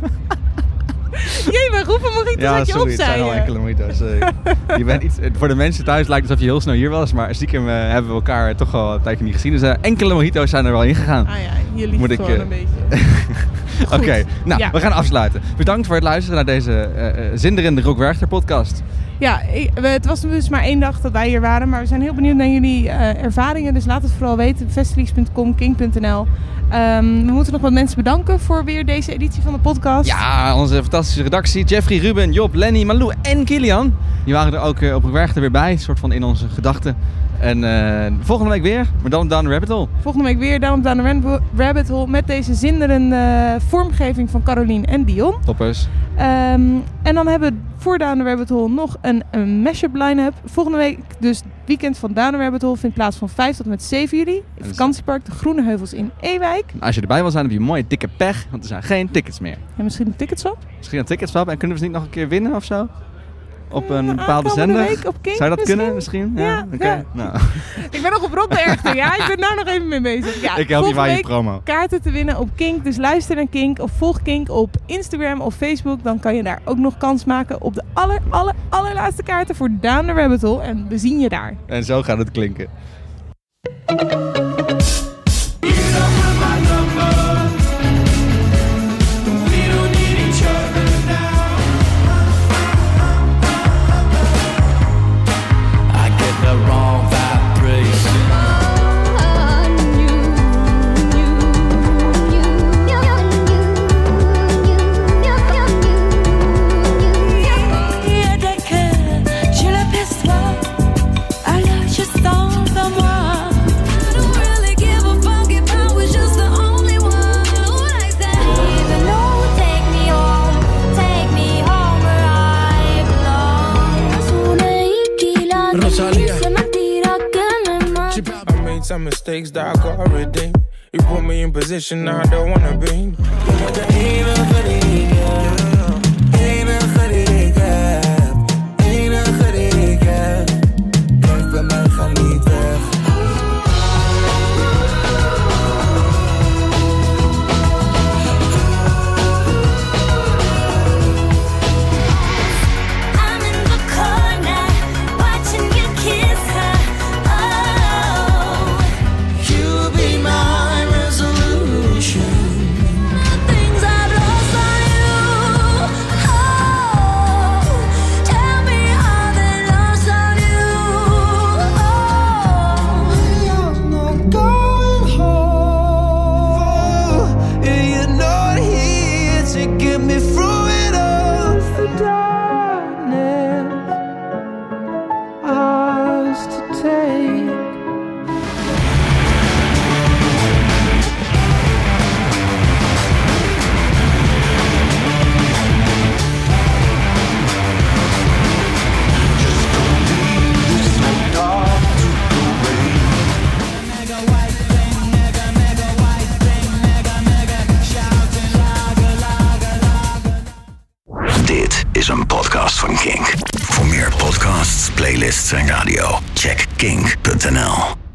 Jee, maar hoeveel mojitos ja, had je sorry, opzij? Het zijn al enkele mojitos. Je bent iets, voor de mensen thuis lijkt het alsof je heel snel hier was, maar stiekem uh, hebben we elkaar toch al een tijdje niet gezien. Dus uh, enkele mojitos zijn er wel ingegaan. Ah ja, je liegt gewoon uh... een beetje. Oké, okay, nou, ja. we gaan afsluiten. Bedankt voor het luisteren naar deze uh, uh, zinderende Rock Werchter podcast. Ja, ik, we, het was dus maar één dag dat wij hier waren, maar we zijn heel benieuwd naar jullie uh, ervaringen. Dus laat het vooral weten, festileaks punt com, king punt n l. Um, we moeten nog wat mensen bedanken voor weer deze editie van de podcast. Ja, onze fantastische redactie. Jeffrey, Ruben, Job, Lenny, Malou en Kilian. Die waren er ook uh, op Rockwerchter weer bij, soort van in onze gedachten. En uh, volgende week weer, maar dan op Down the Rabbit Hole. Volgende week weer, dan op Down the Rabbit Hole met deze zinderende vormgeving van Carolien en Dion. Toppers. Um, en dan hebben we voor Down the Rabbit Hole nog een, een mashup line-up. Volgende week, dus het weekend van Down the Rabbit Hole, vindt plaats van vijf tot en met zeven juli. In het vakantiepark De Groene Heuvels in Ewijk. Als je erbij wil zijn, heb je een mooie dikke pech, want er zijn geen tickets meer. En misschien een ticketswap? Misschien een ticketswap en kunnen we ze niet nog een keer winnen of zo? Op een uh, bepaalde zender? Week op Kink, zou je dat misschien? kunnen misschien? Ja, ja oké. Okay. Ja. Nou. Ik ben nog op Rockwerchter, ja. Ik ben daar nog even mee bezig. Ja, ik help je bij je promo. Kaarten te winnen op Kink. Dus luister naar Kink of volg Kink op Instagram of Facebook. Dan kan je daar ook nog kans maken op de aller, aller, allerlaatste kaarten voor Down the Rabbit Hole. En we zien je daar. En zo gaat het klinken. Some mistakes that I gotta redeem. You put me in position I don't wanna be. Ain't a is een podcast van Kink. Voor meer podcasts, playlists en radio, check kink punt n l.